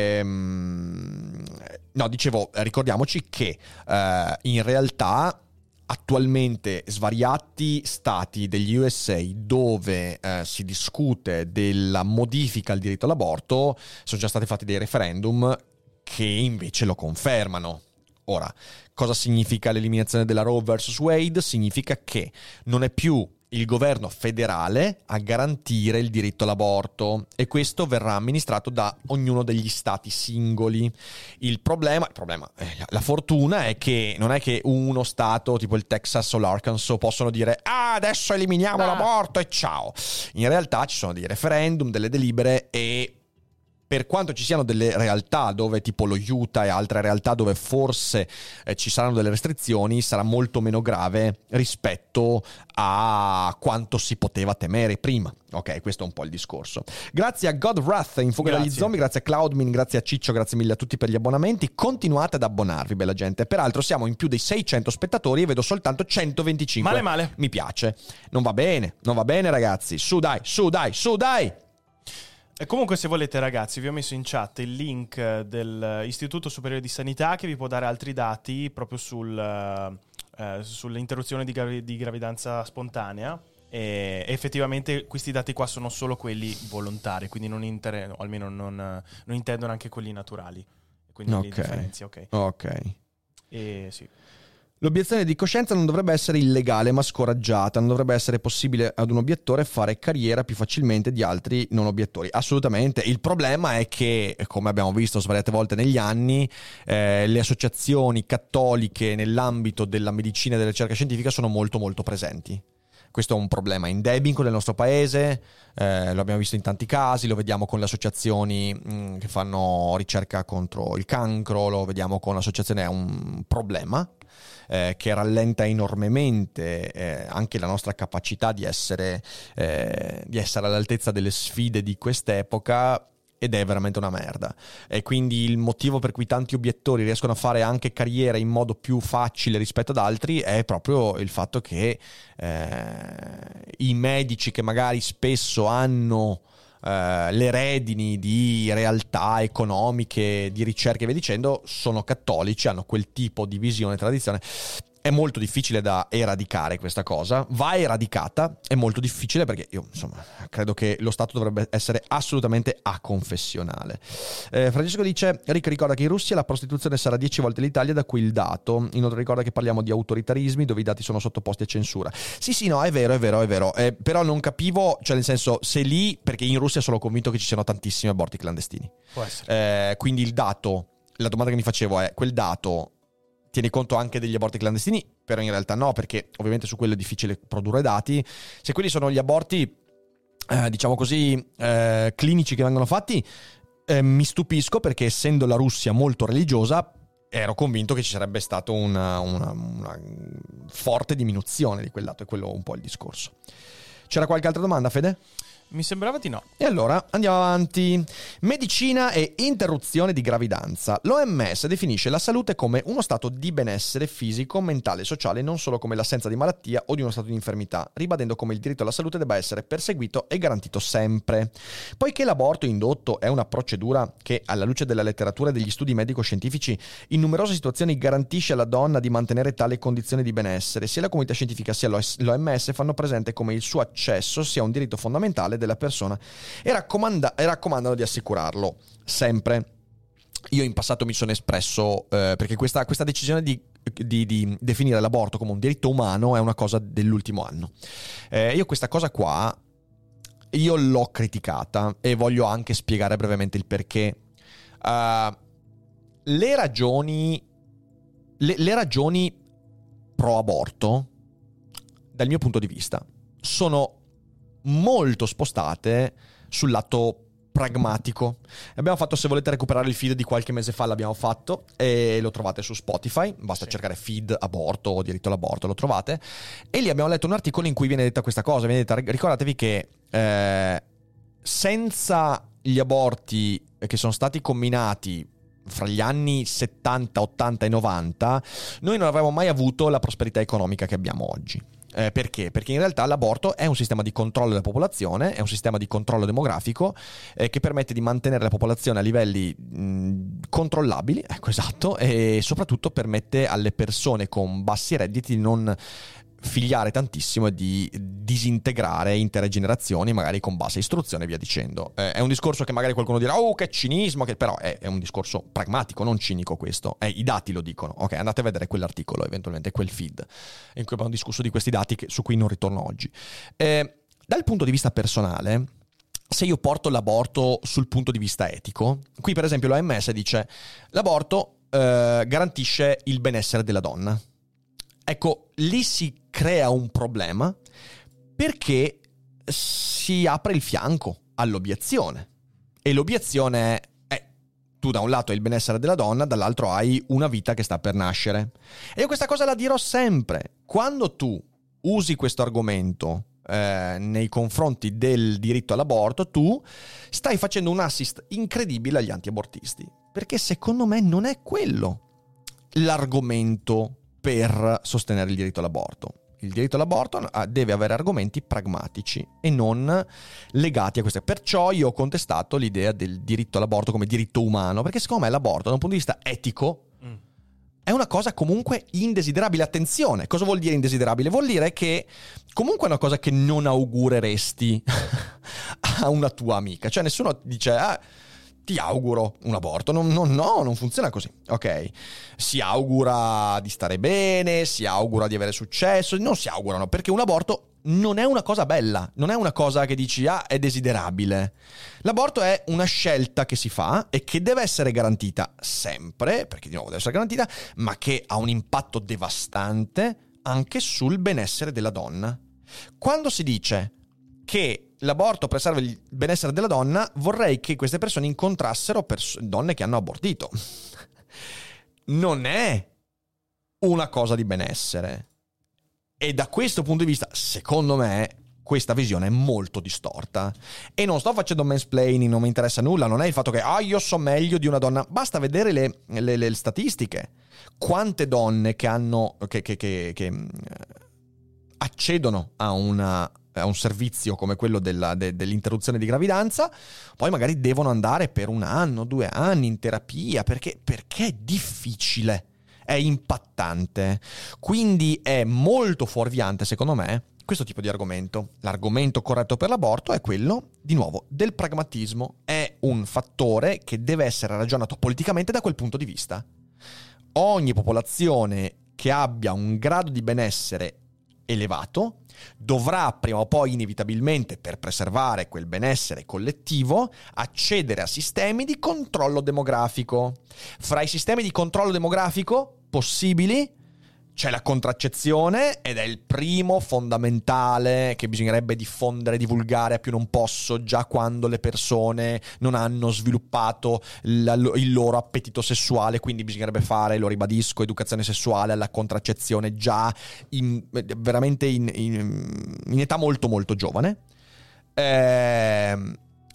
Ehm, no, dicevo, ricordiamoci che eh, in realtà attualmente svariati stati degli U S A dove eh, si discute della modifica al diritto all'aborto sono già stati fatti dei referendum che invece lo confermano. Ora, cosa significa l'eliminazione della Roe versus Wade? Significa che non è più il governo federale a garantire il diritto all'aborto e questo verrà amministrato da ognuno degli stati singoli. Il problema, il problema, eh, la fortuna è che non è che uno stato tipo il Texas o l'Arkansas possono dire ah adesso eliminiamo ah. l'aborto e ciao. In realtà ci sono dei referendum, delle delibere e per quanto ci siano delle realtà dove tipo lo Utah e altre realtà dove forse eh, ci saranno delle restrizioni, sarà molto meno grave rispetto a quanto si poteva temere prima. Ok, questo è un po' il discorso. Grazie a Godwrath in Fuga dagli Zombie, grazie a Cloudmin, grazie a Ciccio, grazie mille a tutti per gli abbonamenti. Continuate ad abbonarvi, bella gente. Peraltro siamo in più dei seicento spettatori e vedo soltanto centoventicinque. Male male. Mi piace. Non va bene, non va bene ragazzi. Su dai, su dai, su dai. E comunque, se volete, ragazzi, vi ho messo in chat il link dell'Istituto Superiore di Sanità che vi può dare altri dati proprio sul, eh, sull'interruzione di, gravi- di gravidanza spontanea. E effettivamente questi dati qua sono solo quelli volontari, quindi non inter- o almeno non, non intendono anche quelli naturali. Quindi Ok. li differenzi, ok. Ok. E sì. L'obiezione di coscienza non dovrebbe essere illegale ma scoraggiata, non dovrebbe essere possibile ad un obiettore fare carriera più facilmente di altri non obiettori. Assolutamente. Il problema è che, come abbiamo visto svariate volte negli anni, eh, le associazioni cattoliche nell'ambito della medicina e della ricerca scientifica sono molto molto presenti. Questo è un problema endemico del nostro paese, eh, lo abbiamo visto in tanti casi, lo vediamo con le associazioni mh, che fanno ricerca contro il cancro, lo vediamo con l'associazione, è un problema eh, che rallenta enormemente eh, anche la nostra capacità di essere, eh, di essere all'altezza delle sfide di quest'epoca. Ed è veramente una merda. E quindi il motivo per cui tanti obiettori riescono a fare anche carriera in modo più facile rispetto ad altri è proprio il fatto che eh, i medici, che magari spesso hanno eh, le redini di realtà economiche, di ricerche e via dicendo, sono cattolici, hanno quel tipo di visione e tradizione. È molto difficile da eradicare questa cosa, va eradicata, è molto difficile perché io insomma credo che lo Stato dovrebbe essere assolutamente aconfessionale. Eh, Francesco dice: Rick ricorda che in Russia la prostituzione sarà dieci volte l'Italia, da qui il dato. Inoltre ricorda che parliamo di autoritarismi dove i dati sono sottoposti a censura. Sì sì no, è vero, è vero, è vero, eh, però non capivo, cioè nel senso, se lì, perché in Russia sono convinto che ci siano tantissimi aborti clandestini. Può essere. Eh, quindi il dato, la domanda che mi facevo è: quel dato tieni conto anche degli aborti clandestini? Però in realtà no, perché ovviamente su quello è difficile produrre dati. Se quelli sono gli aborti, eh, diciamo così, eh, clinici che vengono fatti, eh, mi stupisco, perché essendo la Russia molto religiosa, ero convinto che ci sarebbe stata una, una, una forte diminuzione di quel dato, e quello è un po' il discorso. C'era qualche altra domanda, Fede? Mi sembrava di no. E allora andiamo avanti. Medicina e interruzione di gravidanza. L'O M S definisce la salute come uno stato di benessere fisico, mentale e sociale, non solo come l'assenza di malattia o di uno stato di infermità, ribadendo come il diritto alla salute debba essere perseguito e garantito sempre. Poiché l'aborto indotto è una procedura che, alla luce della letteratura e degli studi medico-scientifici, in numerose situazioni garantisce alla donna di mantenere tale condizione di benessere, sia la comunità scientifica sia l'O M S fanno presente come il suo accesso sia un diritto fondamentale della persona e, raccomanda- e raccomandano di assicurarlo sempre. Io in passato mi sono espresso eh, perché questa, questa decisione di, di, di definire l'aborto come un diritto umano è una cosa dell'ultimo anno. Eh, io questa cosa qua io l'ho criticata e voglio anche spiegare brevemente il perché. Uh, le ragioni le, le ragioni pro aborto, dal mio punto di vista, sono molto spostate sul lato pragmatico. Abbiamo fatto, se volete recuperare il feed di qualche mese fa, l'abbiamo fatto e lo trovate su Spotify, basta sì. cercare feed aborto o diritto all'aborto, lo trovate, e lì abbiamo letto un articolo in cui viene detta questa cosa, viene detta: ricordatevi che eh, senza gli aborti che sono stati comminati fra gli anni settanta, ottanta e novanta, noi non avremmo mai avuto la prosperità economica che abbiamo oggi. Eh, perché? Perché in realtà l'aborto è un sistema di controllo della popolazione, è un sistema di controllo demografico eh, che permette di mantenere la popolazione a livelli mh, controllabili, ecco, esatto, e soprattutto permette alle persone con bassi redditi di non figliare tantissimo e di disintegrare intere generazioni magari con bassa istruzione e via dicendo. Eh, è un discorso che magari qualcuno dirà: oh, che cinismo, che però è, è un discorso pragmatico, non cinico questo. Eh, i dati lo dicono. Ok, andate a vedere quell'articolo, eventualmente quel feed in cui abbiamo discusso di questi dati che, su cui non ritorno oggi. Eh, dal punto di vista personale, se io porto l'aborto sul punto di vista etico, qui per esempio l'O M S dice: l'aborto eh, garantisce il benessere della donna. Ecco, lì si crea un problema perché si apre il fianco all'obiezione. E l'obiezione è, eh, tu da un lato hai il benessere della donna, dall'altro hai una vita che sta per nascere. E io questa cosa la dirò sempre. Quando tu usi questo argomento eh, nei confronti del diritto all'aborto, tu stai facendo un assist incredibile agli antiabortisti. Perché secondo me non è quello l'argomento per sostenere il diritto all'aborto. Il diritto all'aborto deve avere argomenti pragmatici e non legati a queste. Perciò io ho contestato l'idea del diritto all'aborto come diritto umano, perché secondo me l'aborto da un punto di vista etico mm. è una cosa comunque indesiderabile. Attenzione, cosa vuol dire indesiderabile? Vuol dire che comunque è una cosa che non augureresti a una tua amica. Cioè nessuno dice... Ah, ti auguro un aborto, no, no, no, non funziona così, ok? Si augura di stare bene, si augura di avere successo, non si augurano, perché un aborto non è una cosa bella, non è una cosa che dici, ah, è desiderabile. L'aborto è una scelta che si fa e che deve essere garantita sempre, perché di nuovo deve essere garantita, ma che ha un impatto devastante anche sul benessere della donna. Quando si dice che l'aborto preserva il benessere della donna, vorrei che queste persone incontrassero pers- donne che hanno abortito. Non è una cosa di benessere. E da questo punto di vista, secondo me, questa visione è molto distorta. E non sto facendo mansplaining, non mi interessa nulla. Non è il fatto che, ah, io so meglio di una donna. Basta vedere le, le, le statistiche. Quante donne che hanno... che, che, che, che accedono a una... a un servizio come quello della, de, dell'interruzione di gravidanza, poi magari devono andare per un anno, due anni in terapia, perché, perché è difficile, è impattante. Quindi è molto fuorviante, secondo me, questo tipo di argomento. L'argomento corretto per l'aborto è quello, di nuovo, del pragmatismo. È un fattore che deve essere ragionato politicamente da quel punto di vista. Ogni popolazione che abbia un grado di benessere elevato dovrà prima o poi inevitabilmente, per preservare quel benessere collettivo, accedere a sistemi di controllo demografico. Fra i sistemi di controllo demografico possibili c'è la contraccezione, ed è il primo fondamentale che bisognerebbe diffondere, divulgare a più non posso, già quando le persone non hanno sviluppato la, il loro appetito sessuale. Quindi bisognerebbe fare, lo ribadisco, educazione sessuale alla contraccezione già in, veramente in, in, in età molto molto giovane. Eh,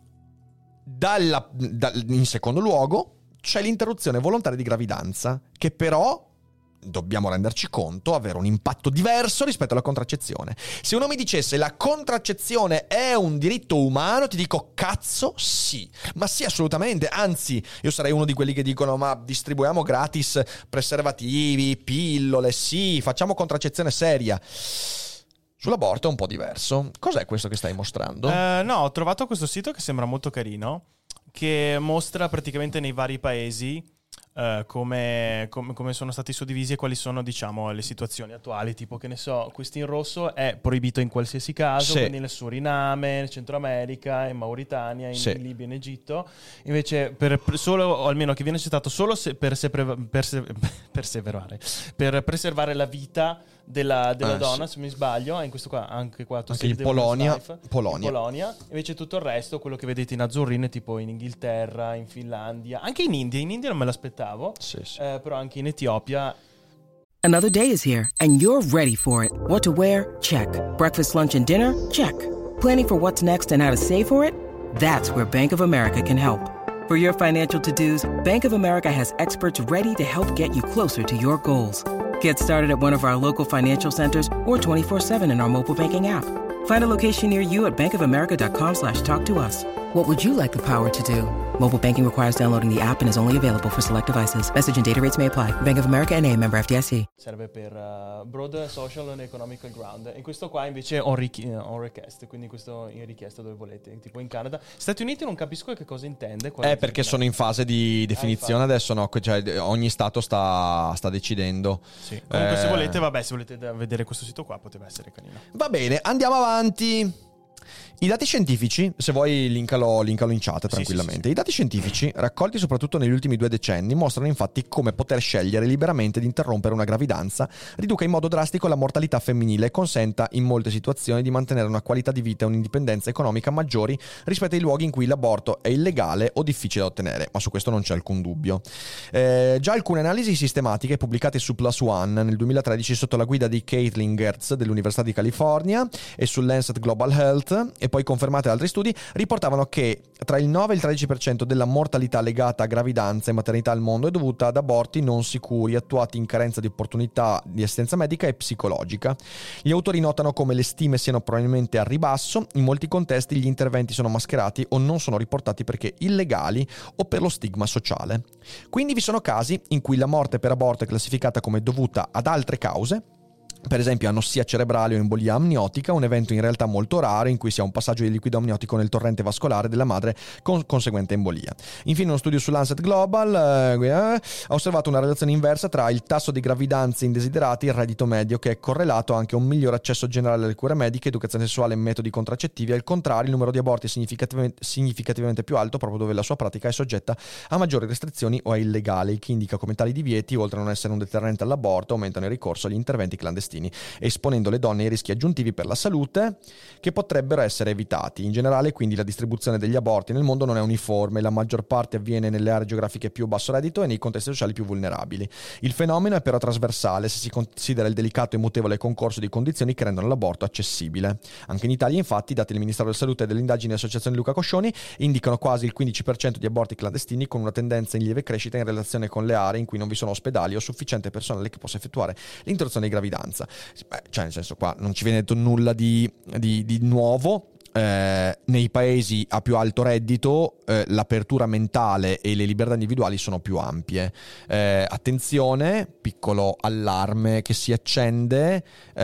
dalla, da, in secondo luogo c'è l'interruzione volontaria di gravidanza, che però dobbiamo renderci conto avere un impatto diverso rispetto alla contraccezione. Se uno mi dicesse la contraccezione è un diritto umano, ti dico cazzo sì, ma sì, assolutamente. Anzi, io sarei uno di quelli che dicono ma distribuiamo gratis preservativi, pillole, sì, facciamo contraccezione seria. Sull'aborto è un po' diverso. Cos'è questo che stai mostrando? Uh, no, ho trovato questo sito che sembra molto carino, che mostra praticamente nei vari paesi Uh, come, come, come sono stati suddivisi e quali sono, diciamo, le situazioni attuali. Tipo, che ne so, questo in rosso è proibito in qualsiasi caso, sì. Quindi nel Suriname, in Centro America, in Mauritania, in, sì. in Libia, in Egitto. Invece per, per solo, o almeno che viene citato solo se, per se, per se, perseverare per preservare la vita della, della ah, donna, sì. se mi sbaglio, anche questo qua, anche qua anche in Polonia, Polonia. in Polonia. Invece tutto il resto, quello che vedete in azzurrino, è tipo in Inghilterra, in Finlandia, anche in India. In India non me l'aspettavo. Sì, sì. Eh, però anche in Etiopia. Another day is here and you're ready for it. What to wear? Check. Breakfast, lunch and dinner? Check. Planning for what's next and how to save for it? That's where Bank of America can help. For your financial to-dos, Bank of America has experts ready to help get you closer to your goals. Get started at one of our local financial centers or twenty-four seven in our mobile banking app. Find a location near you at bankofamerica.com slash talk to us. What would you like the power to do? Mobile banking requires downloading the app and is only available for select devices. Message and data rates may apply. Bank of America N A, member F D I C. Serve per uh, broad social and economical ground. E questo qua invece on, richi- on request, quindi questo in richiesta dove volete, tipo in Canada. Stati Uniti non capisco che cosa intende. Eh, perché sono in fase di definizione ah, adesso, no? Cioè, ogni stato sta, sta decidendo. Sì. Comunque eh... se volete, vabbè, se volete vedere questo sito qua potrebbe essere carino. Va bene, andiamo avanti. I dati scientifici, se vuoi linkalo, linkalo in chat tranquillamente, sì, sì, sì. I dati scientifici raccolti soprattutto negli ultimi due decenni mostrano infatti come poter scegliere liberamente di interrompere una gravidanza riduca in modo drastico la mortalità femminile e consenta in molte situazioni di mantenere una qualità di vita e un'indipendenza economica maggiori rispetto ai luoghi in cui l'aborto è illegale o difficile da ottenere, ma su questo non c'è alcun dubbio. Eh, già alcune analisi sistematiche pubblicate su Plus One nel duemilatredici sotto la guida di Caitlin Gertz dell'Università di California e sul Lancet Global Health e poi confermate da altri studi, riportavano che tra il nove e il tredici per cento della mortalità legata a gravidanza e maternità al mondo è dovuta ad aborti non sicuri, attuati in carenza di opportunità di assistenza medica e psicologica. Gli autori notano come le stime siano probabilmente a ribasso, in molti contesti gli interventi sono mascherati o non sono riportati perché illegali o per lo stigma sociale. Quindi vi sono casi in cui la morte per aborto è classificata come dovuta ad altre cause, per esempio anossia cerebrale o embolia amniotica, un evento in realtà molto raro in cui si ha un passaggio di liquido amniotico nel torrente vascolare della madre con conseguente embolia. Infine uno studio su Lancet Global eh, ha osservato una relazione inversa tra il tasso di gravidanze indesiderate e il reddito medio, che è correlato anche a un migliore accesso generale alle cure mediche, educazione sessuale e metodi contraccettivi. Al contrario, il numero di aborti è significativamente, significativamente più alto proprio dove la sua pratica è soggetta a maggiori restrizioni o è illegale, il che indica come tali divieti, oltre a non essere un deterrente all'aborto, aumentano il ricorso agli interventi clandestini, esponendo le donne ai rischi aggiuntivi per la salute che potrebbero essere evitati. In generale, quindi, la distribuzione degli aborti nel mondo non è uniforme, la maggior parte avviene nelle aree geografiche più basso reddito e nei contesti sociali più vulnerabili. Il fenomeno è però trasversale se si considera il delicato e mutevole concorso di condizioni che rendono l'aborto accessibile. Anche in Italia, infatti, dati del Ministero della Salute e delle indagini dell'Associazione Luca Coscioni, indicano quasi il quindici per cento di aborti clandestini, con una tendenza in lieve crescita in relazione con le aree in cui non vi sono ospedali o sufficiente personale che possa effettuare l'interruzione di gravidanza. Beh, cioè, nel senso, qua non ci viene detto nulla di, di, di nuovo. Eh, nei paesi a più alto reddito eh, l'apertura mentale e le libertà individuali sono più ampie. Eh, attenzione, piccolo allarme che si accende,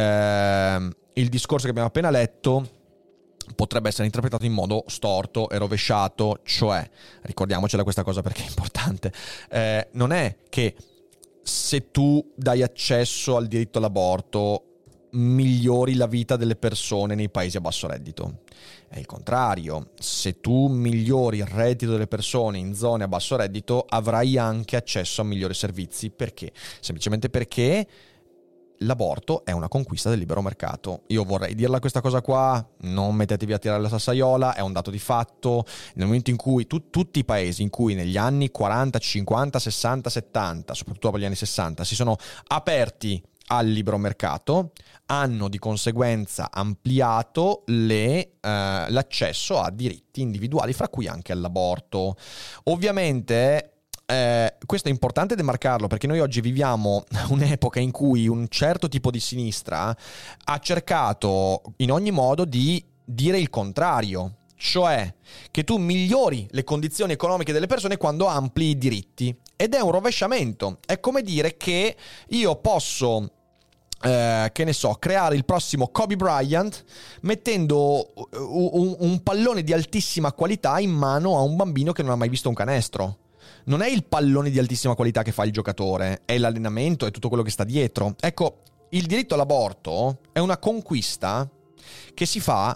eh, il discorso che abbiamo appena letto potrebbe essere interpretato in modo storto e rovesciato, cioè, ricordiamocela questa cosa perché è importante, eh, non è che se tu dai accesso al diritto all'aborto migliori la vita delle persone nei paesi a basso reddito. È il contrario, se tu migliori il reddito delle persone in zone a basso reddito avrai anche accesso a migliori servizi. Perché? Semplicemente perché l'aborto è una conquista del libero mercato. Io vorrei dirla questa cosa qua, non mettetevi a tirare la sassaiola, è un dato di fatto. Nel momento in cui tu, tutti i paesi in cui negli anni quaranta, cinquanta, sessanta, settanta, soprattutto dopo gli anni sessanta, si sono aperti al libero mercato, hanno di conseguenza ampliato le, eh, l'accesso a diritti individuali, fra cui anche all'aborto. Ovviamente Eh, questo è importante demarcarlo, perché noi oggi viviamo un'epoca in cui un certo tipo di sinistra ha cercato in ogni modo di dire il contrario, cioè che tu migliori le condizioni economiche delle persone quando ampli i diritti, ed è un rovesciamento. È come dire che io posso Eh, che ne so, creare il prossimo Kobe Bryant mettendo un, un pallone di altissima qualità in mano a un bambino che non ha mai visto un canestro. Non è il pallone di altissima qualità che fa il giocatore, è l'allenamento, è tutto quello che sta dietro. Ecco, il diritto all'aborto è una conquista che si fa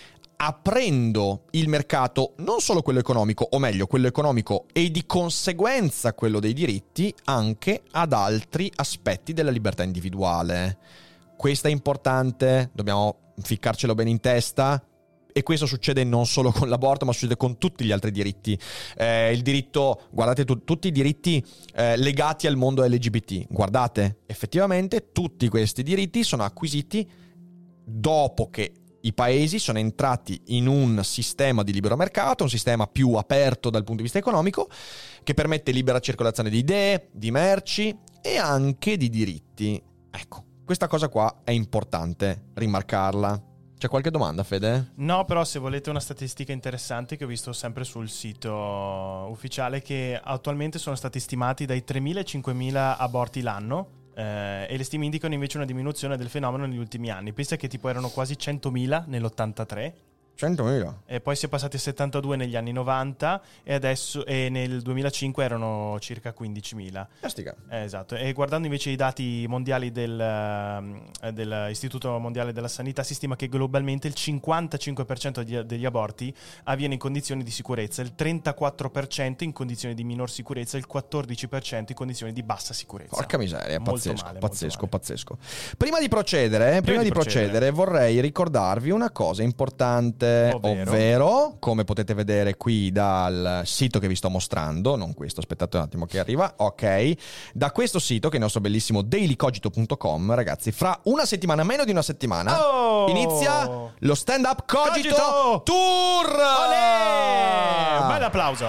aprendo il mercato, non solo quello economico, o meglio, quello economico e di conseguenza quello dei diritti, anche ad altri aspetti della libertà individuale. Questo è importante, dobbiamo ficcarcelo bene in testa. E questo succede non solo con l'aborto, ma succede con tutti gli altri diritti. Eh, il diritto, guardate, tu, tutti i diritti eh, legati al mondo L G B T. Guardate, effettivamente tutti questi diritti sono acquisiti dopo che i paesi sono entrati in un sistema di libero mercato, un sistema più aperto dal punto di vista economico, che permette libera circolazione di idee, di merci e anche di diritti. Ecco, questa cosa qua è importante rimarcarla. C'è qualche domanda, Fede? No, però se volete una statistica interessante che ho visto sempre sul sito ufficiale, che attualmente sono stati stimati dai tremila ai cinquemila aborti l'anno, eh, e le stime indicano invece una diminuzione del fenomeno negli ultimi anni. Pensa che tipo erano quasi centomila nell'ottantatré centomila. E poi si è passati a settantadue negli anni novanta e adesso e nel duemilacinque erano circa quindicimila. Castica. Eh, esatto. E guardando invece i dati mondiali del, eh, dell'Istituto Mondiale della Sanità, si stima che globalmente il cinquantacinque per cento degli, degli aborti avviene in condizioni di sicurezza, il trentaquattro per cento in condizioni di minor sicurezza e il quattordici per cento in condizioni di bassa sicurezza. Porca miseria, Molto pazzesco, male, pazzesco, molto pazzesco. Prima di procedere, prima, prima di di procedere, procedere vorrei ricordarvi una cosa importante, Ovvero? ovvero, come potete vedere qui dal sito che vi sto mostrando, non questo, aspettate un attimo che arriva, ok, da questo sito che è il nostro bellissimo daily cogito punto com, ragazzi, fra una settimana, meno di una settimana, Oh! inizia lo Stand Up Cogito, Cogito! Tour! Olè! Un bel applauso.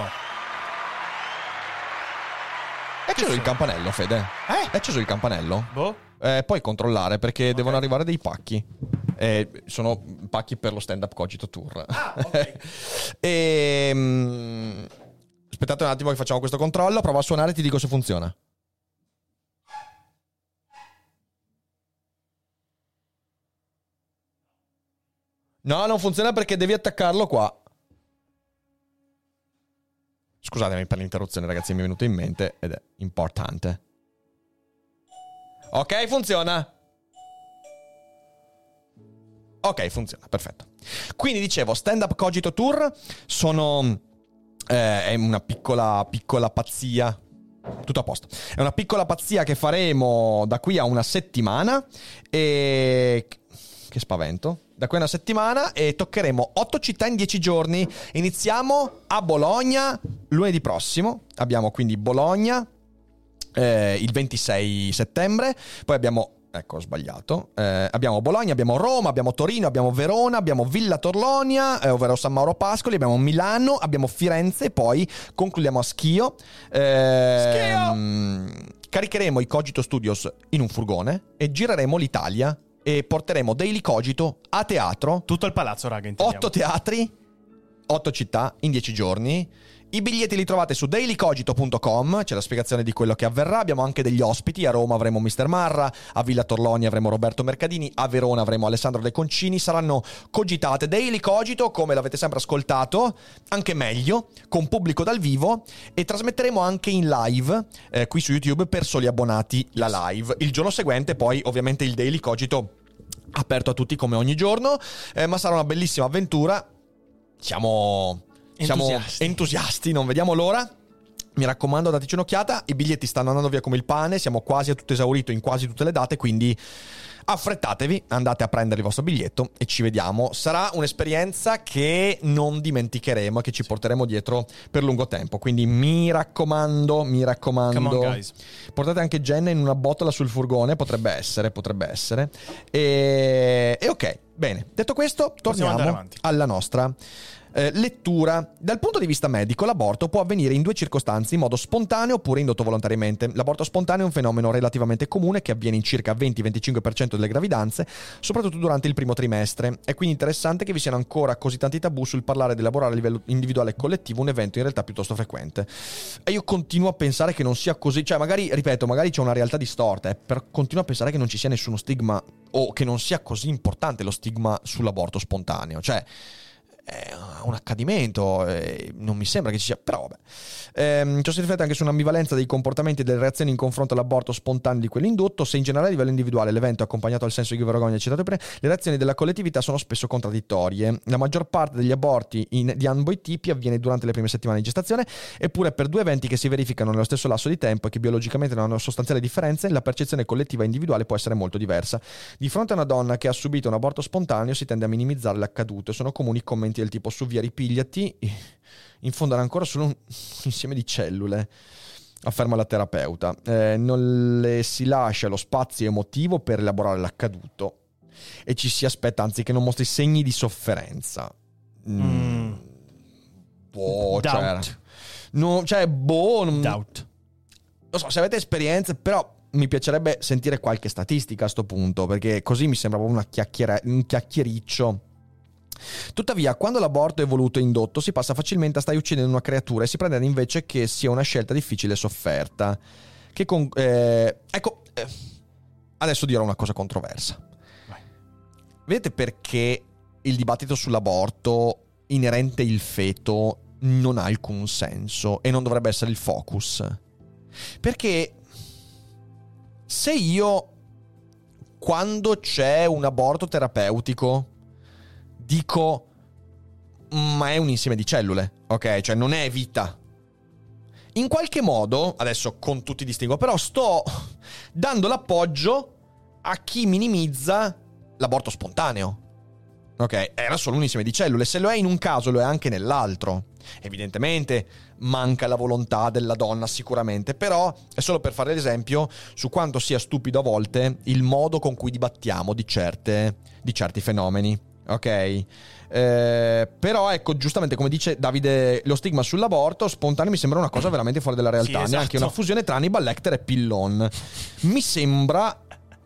È acceso il campanello, Fede? Eh? È acceso il campanello? Boh. Eh, puoi controllare perché devono arrivare dei pacchi. Eh, sono pacchi per lo Stand Up Cogito Tour. Ah, ok. e, mm, aspettate un attimo che facciamo questo controllo. Prova a suonare e ti dico se funziona. No, non funziona perché devi attaccarlo qua. Scusatemi per l'interruzione, ragazzi, mi è venuto in mente ed è importante. Ok, funziona. Ok, funziona, perfetto. Quindi dicevo, Stand Up Cogito Tour sono eh, è una piccola piccola pazzia. Tutto a posto. È una piccola pazzia che faremo da qui a una settimana e che spavento. Da qui a una settimana e toccheremo otto città in dieci giorni. Iniziamo a Bologna lunedì prossimo. Abbiamo quindi Bologna eh, il ventisei settembre. Poi abbiamo, ecco ho sbagliato, eh, abbiamo Bologna, abbiamo Roma, abbiamo Torino, abbiamo Verona, abbiamo Villa Torlonia, eh, ovvero San Mauro Pascoli, abbiamo Milano, abbiamo Firenze e poi concludiamo a Schio. Eh, Schio! Caricheremo i Cogito Studios in un furgone e gireremo l'Italia e porteremo Daily Cogito a teatro. Tutto il palazzo, raga, intendiamo. Otto teatri, otto città in dieci giorni. I biglietti li trovate su daily cogito punto com, c'è la spiegazione di quello che avverrà. Abbiamo anche degli ospiti, a Roma avremo mister Marra, a Villa Torlonia avremo Roberto Mercadini, a Verona avremo Alessandro De Concini. Saranno cogitate Daily Cogito, come l'avete sempre ascoltato, anche meglio, con pubblico dal vivo, e trasmetteremo anche in live eh, qui su YouTube per soli abbonati la live. Il giorno seguente poi ovviamente il Daily Cogito aperto a tutti come ogni giorno, eh, ma sarà una bellissima avventura. Siamo... Siamo Entusiasti. entusiasti, non vediamo l'ora. Mi raccomando, dateci un'occhiata. I biglietti stanno andando via come il pane. Siamo quasi a tutto esaurito in quasi tutte le date, quindi affrettatevi, andate a prendere il vostro biglietto e ci vediamo. Sarà un'esperienza che non dimenticheremo e che ci porteremo dietro per lungo tempo. Quindi mi raccomando, mi raccomando. Come on, guys. Portate anche Jenna in una botola sul furgone. Potrebbe essere, potrebbe essere. E, e ok, bene. Detto questo, Possiamo andare torniamo avanti. alla nostra Eh, lettura. Dal punto di vista medico, l'aborto può avvenire in due circostanze, in modo spontaneo oppure indotto volontariamente. L'aborto spontaneo è un fenomeno relativamente comune che avviene in circa venti venticinque per cento delle gravidanze, soprattutto durante il primo trimestre. È quindi interessante che vi siano ancora così tanti tabù sul parlare di elaborare a livello individuale e collettivo, un evento in realtà piuttosto frequente. E io continuo a pensare che non sia così, cioè magari, ripeto, magari c'è una realtà distorta, eh, però continuo a pensare che non ci sia nessuno stigma o che non sia così importante lo stigma sull'aborto spontaneo, cioè è un accadimento, eh, non mi sembra che ci sia, però vabbè. Ehm, ciò si riflette anche su un'ambivalenza dei comportamenti e delle reazioni in confronto all'aborto spontaneo di quello indotto. Se in generale a livello individuale l'evento è accompagnato al senso di vergogna citato prima, le reazioni della collettività sono spesso contraddittorie. La maggior parte degli aborti in, di ambo i tipi avviene durante le prime settimane di gestazione, eppure per due eventi che si verificano nello stesso lasso di tempo e che biologicamente non hanno sostanziali differenze, la percezione collettiva e individuale può essere molto diversa. Di fronte a una donna che ha subito un aborto spontaneo si tende a minimizzare l'accaduto e sono comuni commenti del tipo su via ripigliati, in fondo era ancora solo un insieme di cellule, afferma la terapeuta. Eh, non le si lascia lo spazio emotivo per elaborare l'accaduto e ci si aspetta anzi che non mostri segni di sofferenza. Mm. Mm. Boh, Doubt. cioè, no, cioè boh, non, Doubt. non so se avete esperienze, però mi piacerebbe sentire qualche statistica a sto punto, perché così mi sembra proprio una chiacchiera, un chiacchiericcio. Tuttavia, quando l'aborto è voluto e indotto, si passa facilmente a stai uccidendo una creatura e si prende invece che sia una scelta difficile e sofferta. Che con, eh, ecco, eh, adesso dirò una cosa controversa. Vai. Vedete perché il dibattito sull'aborto inerente il feto non ha alcun senso e non dovrebbe essere il focus. Perché se io, quando c'è un aborto terapeutico, dico ma è un insieme di cellule, ok? Cioè non è vita. In qualche modo, adesso con tutti i distinguo, però sto dando l'appoggio a chi minimizza l'aborto spontaneo. Ok, era solo un insieme di cellule. Se lo è in un caso, lo è anche nell'altro. Evidentemente manca la volontà della donna, sicuramente, però è solo per fare l'esempio su quanto sia stupido a volte il modo con cui dibattiamo di certe di certi fenomeni. Ok, eh, però ecco, giustamente come dice Davide, lo stigma sull'aborto spontaneo mi sembra una cosa veramente fuori dalla realtà. Sì, esatto. Neanche una fusione tra Hannibal Lecter e Pillon mi sembra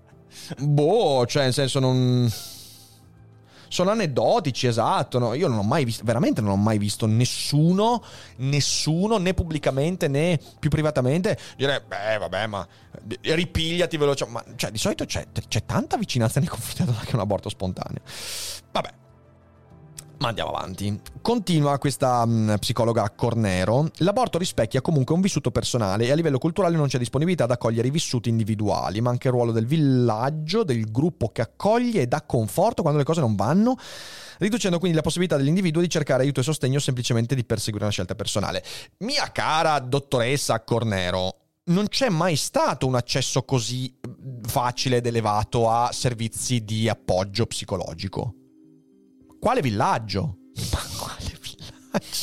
boh, cioè nel senso non... sono aneddotici, esatto, no? Io non ho mai visto, veramente non ho mai visto nessuno, nessuno, né pubblicamente né più privatamente, dire, beh, vabbè, ma ripigliati veloce. Ma cioè, di solito c'è, c'è tanta vicinanza nei confronti della donna che un aborto spontaneo. Vabbè. Ma andiamo avanti. Continua questa mh, psicologa Cornero. L'aborto rispecchia comunque un vissuto personale e a livello culturale non c'è disponibilità ad accogliere i vissuti individuali. Manca il ruolo del villaggio, del gruppo che accoglie e dà conforto quando le cose non vanno, riducendo quindi la possibilità dell'individuo di cercare aiuto e sostegno semplicemente di perseguire una scelta personale. Mia cara dottoressa Cornero, non c'è mai stato un accesso così facile ed elevato a servizi di appoggio psicologico. Quale villaggio? Ma quale villaggio?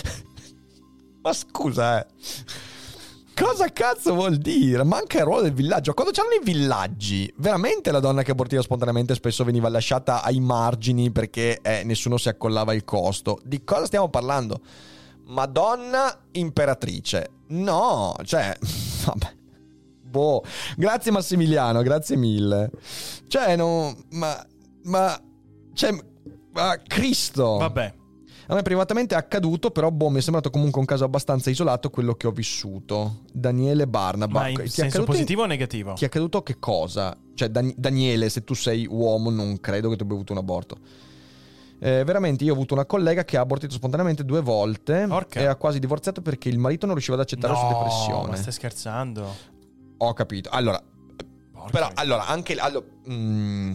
Ma scusa, eh. Cosa cazzo vuol dire? Manca il ruolo del villaggio. Quando c'erano i villaggi, veramente la donna che abortiva spontaneamente spesso veniva lasciata ai margini perché eh, nessuno si accollava il costo. Di cosa stiamo parlando? Madonna imperatrice. No, cioè, vabbè. Boh. Grazie Massimiliano, grazie mille. Cioè, no, ma... ma... Cioè... Ah, Cristo. Vabbè. A me privatamente è accaduto, però boh, mi è sembrato comunque un caso abbastanza isolato quello che ho vissuto. Daniele Barnaba. Ma in ti senso positivo o negativo? Ti è accaduto che cosa? Cioè, Dan- Daniele, se tu sei uomo, non credo che tu abbia avuto un aborto. Eh, veramente, io ho avuto una collega che ha abortito spontaneamente due volte. Porca. E ha quasi divorziato perché il marito non riusciva ad accettare no, la sua depressione. Ma stai scherzando? Ho capito. Allora, Porca. Però, allora, anche... Allora, mm,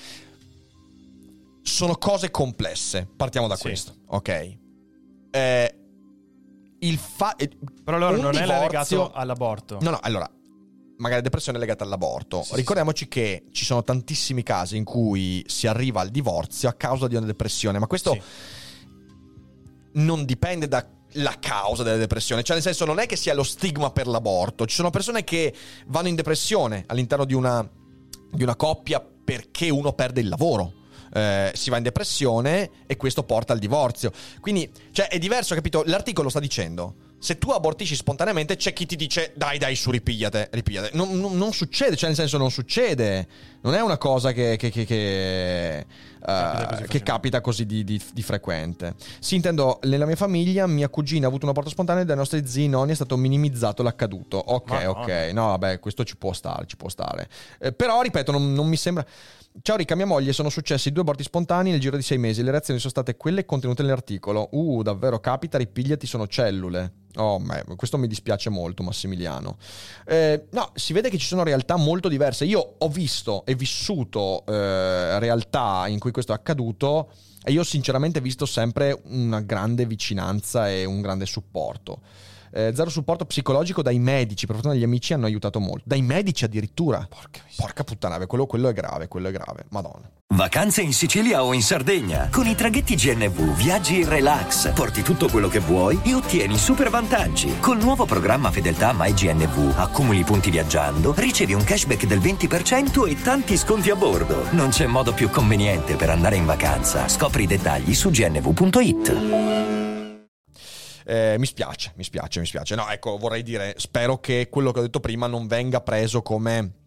sono cose complesse. Partiamo da sì. questo, ok? Eh, il fa- Però allora non divorzio... è legato all'aborto. No, no, allora, magari depressione è legata all'aborto. Sì, Ricordiamoci sì. che ci sono tantissimi casi in cui si arriva al divorzio a causa di una depressione, ma questo sì. non dipende dalla causa della depressione. Cioè, nel senso, non è che sia lo stigma per l'aborto. Ci sono persone che vanno in depressione all'interno di una, di una coppia perché uno perde il lavoro. Eh, si va in depressione e questo porta al divorzio. Quindi, cioè, è diverso, capito? L'articolo sta dicendo: se tu abortisci spontaneamente, c'è chi ti dice dai dai su, ripigliate, ripigliate. Non, non, non succede, cioè nel senso non succede. Non è una cosa che che, che, che, uh, capita che capita così di, di, di frequente. Sì, intendo, nella mia famiglia mia cugina ha avuto un aborto spontaneo e dai nostri zii e nonni è stato minimizzato l'accaduto. Ok, ma ok, no. no vabbè, questo ci può stare, ci può stare. Eh, però ripeto, non, non mi sembra... Ciao Rica, mia moglie, sono successi due aborti spontanei nel giro di sei mesi. Le reazioni sono state quelle contenute nell'articolo. Uh, davvero, capita, ripigliati, sono cellule. Oh, beh, questo mi dispiace molto, Massimiliano. Eh, no, si vede che ci sono realtà molto diverse. Io ho visto e vissuto eh, realtà in cui questo è accaduto e io sinceramente ho visto sempre una grande vicinanza e un grande supporto. Eh, zero supporto psicologico dai medici, per fortuna gli amici hanno aiutato molto. Dai medici addirittura. Porca, Porca puttana, quello, quello è grave, quello è grave, madonna. Vacanze in Sicilia o in Sardegna. Con i traghetti G N V viaggi in relax, porti tutto quello che vuoi e ottieni super vantaggi. Col nuovo programma Fedeltà MyGNV accumuli punti viaggiando, ricevi un cashback del venti per cento e tanti sconti a bordo. Non c'è modo più conveniente per andare in vacanza. Scopri i dettagli su g n v punto i t. Eh, mi spiace, mi spiace, mi spiace. No, ecco, vorrei dire, spero che quello che ho detto prima non venga preso come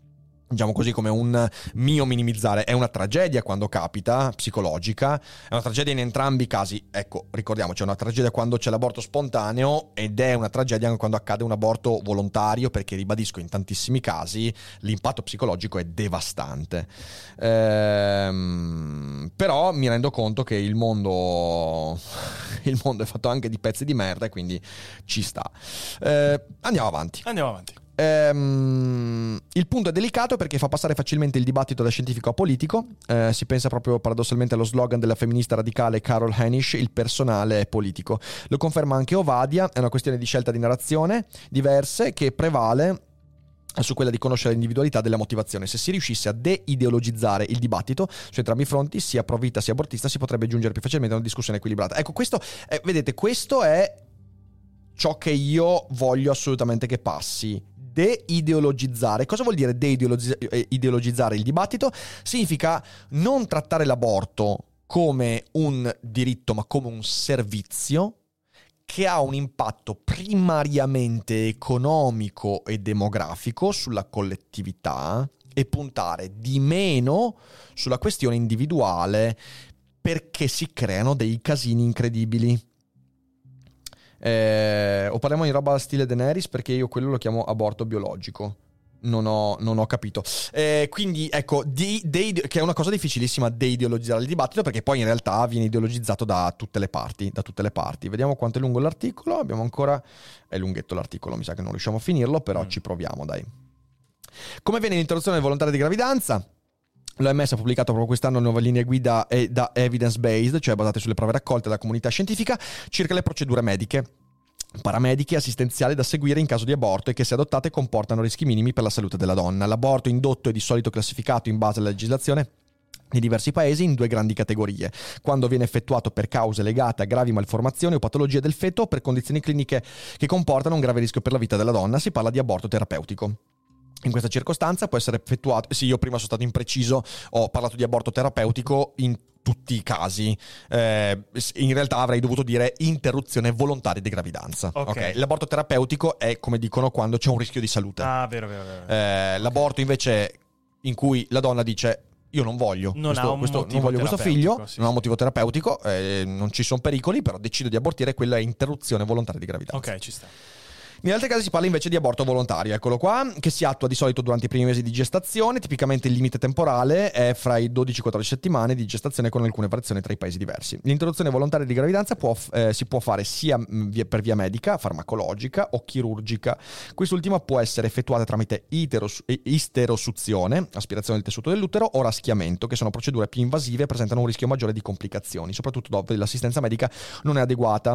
diciamo così, come un mio minimizzare. È una tragedia quando capita, psicologica, è una tragedia in entrambi i casi. Ecco, ricordiamoci, è una tragedia quando c'è l'aborto spontaneo ed è una tragedia anche quando accade un aborto volontario, perché, ribadisco, in tantissimi casi l'impatto psicologico è devastante. Ehm, però mi rendo conto che il mondo il mondo è fatto anche di pezzi di merda e quindi ci sta. Ehm, andiamo avanti. Andiamo avanti. Ehm, il punto è delicato perché fa passare facilmente il dibattito da scientifico a politico. Eh, si pensa proprio paradossalmente allo slogan della femminista radicale Carol Heinisch: il personale è politico. Lo conferma anche Ovadia. È una questione di scelta di narrazione diverse che prevale su quella di conoscere l'individualità della motivazione. Se si riuscisse a deideologizzare il dibattito su entrambi i fronti, sia pro vita sia abortista, si potrebbe giungere più facilmente a una discussione equilibrata. Ecco, questo è, vedete, questo è ciò che io voglio assolutamente che passi. Deideologizzare. Cosa vuol dire deideologizzare il dibattito? Significa non trattare l'aborto come un diritto, ma come un servizio che ha un impatto primariamente economico e demografico sulla collettività, e puntare di meno sulla questione individuale, perché si creano dei casini incredibili. Eh, o parliamo in roba stile Daenerys, perché io quello lo chiamo aborto biologico. Non ho, non ho capito. Eh, quindi ecco, di, de, che è una cosa difficilissima deideologizzare il dibattito, perché poi in realtà viene ideologizzato da tutte le parti, da tutte le parti. Vediamo quanto è lungo l'articolo. Abbiamo ancora, è lunghetto l'articolo, mi sa che non riusciamo a finirlo, però mm. ci proviamo, dai. Come viene l'interruzione volontaria di gravidanza? L'O M S ha pubblicato proprio quest'anno nuove linee guida da evidence-based, cioè basate sulle prove raccolte dalla comunità scientifica, circa le procedure mediche, paramediche e assistenziali da seguire in caso di aborto e che, se adottate, comportano rischi minimi per la salute della donna. L'aborto indotto è di solito classificato, in base alla legislazione di diversi paesi, in due grandi categorie: quando viene effettuato per cause legate a gravi malformazioni o patologie del feto o per condizioni cliniche che comportano un grave rischio per la vita della donna, si parla di aborto terapeutico. In questa circostanza può essere effettuato... Sì, io prima sono stato impreciso, ho parlato di aborto terapeutico in tutti i casi. Eh, in realtà avrei dovuto dire interruzione volontaria di gravidanza. Okay. Okay? L'aborto terapeutico è, come dicono, quando c'è un rischio di salute. Ah, vero, vero, vero. Eh, l'aborto invece in cui la donna dice: io non voglio non questo, questo, non voglio questo figlio, sì, non ha sì. motivo terapeutico, eh, non ci sono pericoli, però decido di abortire, quella è interruzione volontaria di gravidanza. Ok, ci sta. In altri casi si parla invece di aborto volontario, eccolo qua, che si attua di solito durante i primi mesi di gestazione. Tipicamente il limite temporale è fra i dodici e quattordici settimane di gestazione, con alcune variazioni tra i paesi diversi. L'interruzione volontaria di gravidanza può, eh, si può fare sia via, per via medica, farmacologica o chirurgica. Quest'ultima può essere effettuata tramite iteros- isterosuzione, aspirazione del tessuto dell'utero, o raschiamento, che sono procedure più invasive e presentano un rischio maggiore di complicazioni, soprattutto dove l'assistenza medica non è adeguata.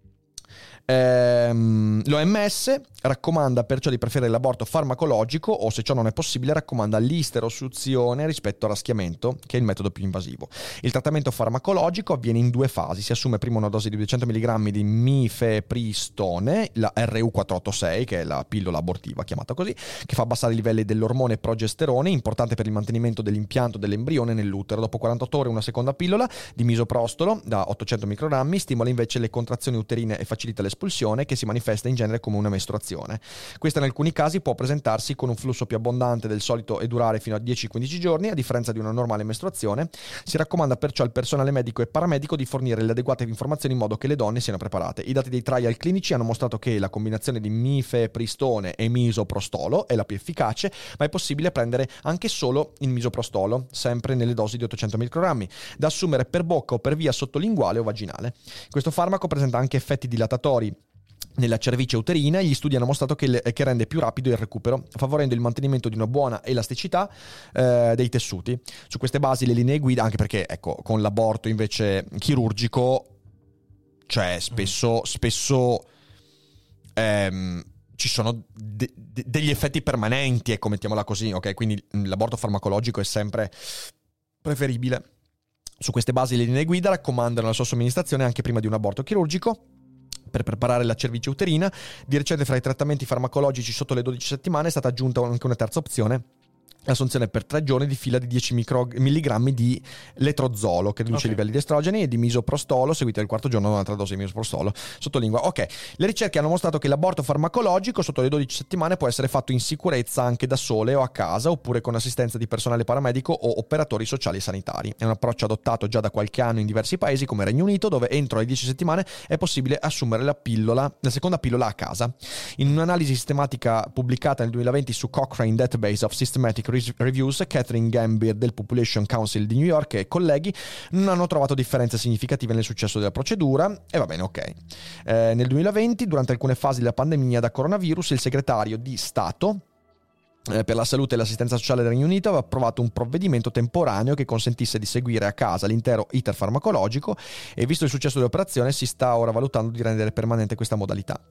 Ehm, L'O M S raccomanda perciò di preferire l'aborto farmacologico, o, se ciò non è possibile, raccomanda l'isterosuzione rispetto al raschiamento, che è il metodo più invasivo. Il trattamento farmacologico avviene in due fasi: si assume prima una dose di duecento milligrammi di mifepristone, la R U quattrocentottantasei, che è la pillola abortiva chiamata così, che fa abbassare i livelli dell'ormone progesterone, importante per il mantenimento dell'impianto dell'embrione nell'utero. Dopo quarantotto ore una seconda pillola di misoprostolo da ottocento microgrammi stimola invece le contrazioni uterine e facilita l'espulsione, che si manifesta in genere come una mestruazione. Questa in alcuni casi può presentarsi con un flusso più abbondante del solito e durare fino a dieci quindici giorni. A differenza di una normale mestruazione, si raccomanda perciò al personale medico e paramedico di fornire le adeguate informazioni in modo che le donne siano preparate. I dati dei trial clinici hanno mostrato che la combinazione di mifepristone e misoprostolo è la più efficace, ma è possibile prendere anche solo il misoprostolo, sempre nelle dosi di ottocento microgrammi, da assumere per bocca o per via sottolinguale o vaginale. Questo farmaco presenta anche effetti dilatatori nella cervice uterina, e gli studi hanno mostrato che, le, che rende più rapido il recupero, favorendo il mantenimento di una buona elasticità eh, dei tessuti. Su queste basi le linee guida, anche perché, ecco, con l'aborto invece chirurgico, cioè spesso, spesso ehm, ci sono de- de- degli effetti permanenti, ecco, mettiamola così, ok? Quindi l'aborto farmacologico è sempre preferibile. Su queste basi le linee guida raccomandano la sua somministrazione anche prima di un aborto chirurgico, per preparare la cervice uterina. Di recente, fra i trattamenti farmacologici sotto le dodici settimane, è stata aggiunta anche una terza opzione, l'assunzione per tre giorni di fila di dieci micro- milligrammi di letrozolo, che riduce okay. i livelli di estrogeni, e di misoprostolo, seguito al quarto giorno da un'altra dose di misoprostolo sottolingua. Ok, le ricerche hanno mostrato che l'aborto farmacologico sotto le dodici settimane può essere fatto in sicurezza anche da sole o a casa, oppure con assistenza di personale paramedico o operatori sociali e sanitari. È un approccio adottato già da qualche anno in diversi paesi come Regno Unito, dove entro le dieci settimane è possibile assumere la pillola, la seconda pillola a casa. In un'analisi sistematica pubblicata nel duemilaventi su Cochrane Database of Systematic Reviews, Catherine Gambier del Population Council di New York e colleghi non hanno trovato differenze significative nel successo della procedura, e va bene, ok. Eh, nel duemilaventi, durante alcune fasi della pandemia da coronavirus, il segretario di Stato Eh, per la salute e l'assistenza sociale del Regno Unito aveva approvato un provvedimento temporaneo che consentisse di seguire a casa l'intero iter farmacologico, e visto il successo dell'operazione si sta ora valutando di rendere permanente questa modalità.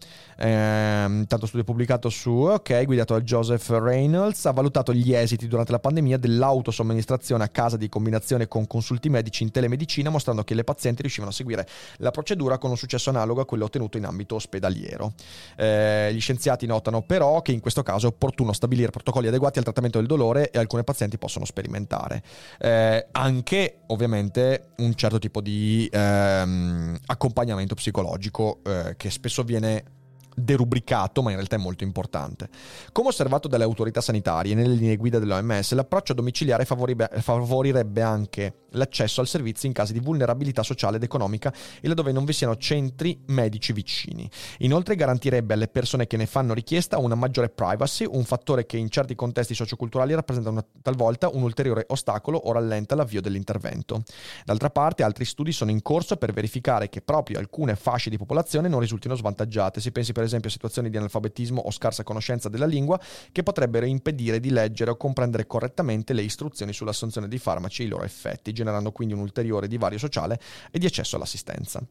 Eh, tanto studio pubblicato su OK, guidato da Joseph Reynolds, ha valutato gli esiti durante la pandemia dell'autosomministrazione a casa di combinazione con consulti medici in telemedicina, mostrando che le pazienti riuscivano a seguire la procedura con un successo analogo a quello ottenuto in ambito ospedaliero. Eh, gli scienziati notano però che in questo caso è opportuno stabilire protocolli adeguati al trattamento del dolore, e alcune pazienti possono sperimentare eh, anche ovviamente un certo tipo di ehm, accompagnamento psicologico eh, che spesso viene derubricato, ma in realtà è molto importante. Come osservato dalle autorità sanitarie nelle linee guida dell'O M S, l'approccio domiciliare favorirebbe anche l'accesso al servizio in casi di vulnerabilità sociale ed economica e laddove non vi siano centri medici vicini. Inoltre garantirebbe alle persone che ne fanno richiesta una maggiore privacy, un fattore che in certi contesti socioculturali rappresenta una, talvolta un ulteriore ostacolo o rallenta l'avvio dell'intervento. D'altra parte, altri studi sono in corso per verificare che proprio alcune fasce di popolazione non risultino svantaggiate. Si pensi per esempio a situazioni di analfabetismo o scarsa conoscenza della lingua che potrebbero impedire di leggere o comprendere correttamente le istruzioni sull'assunzione di farmaci e i loro effetti, generando quindi un ulteriore divario sociale e di accesso all'assistenza.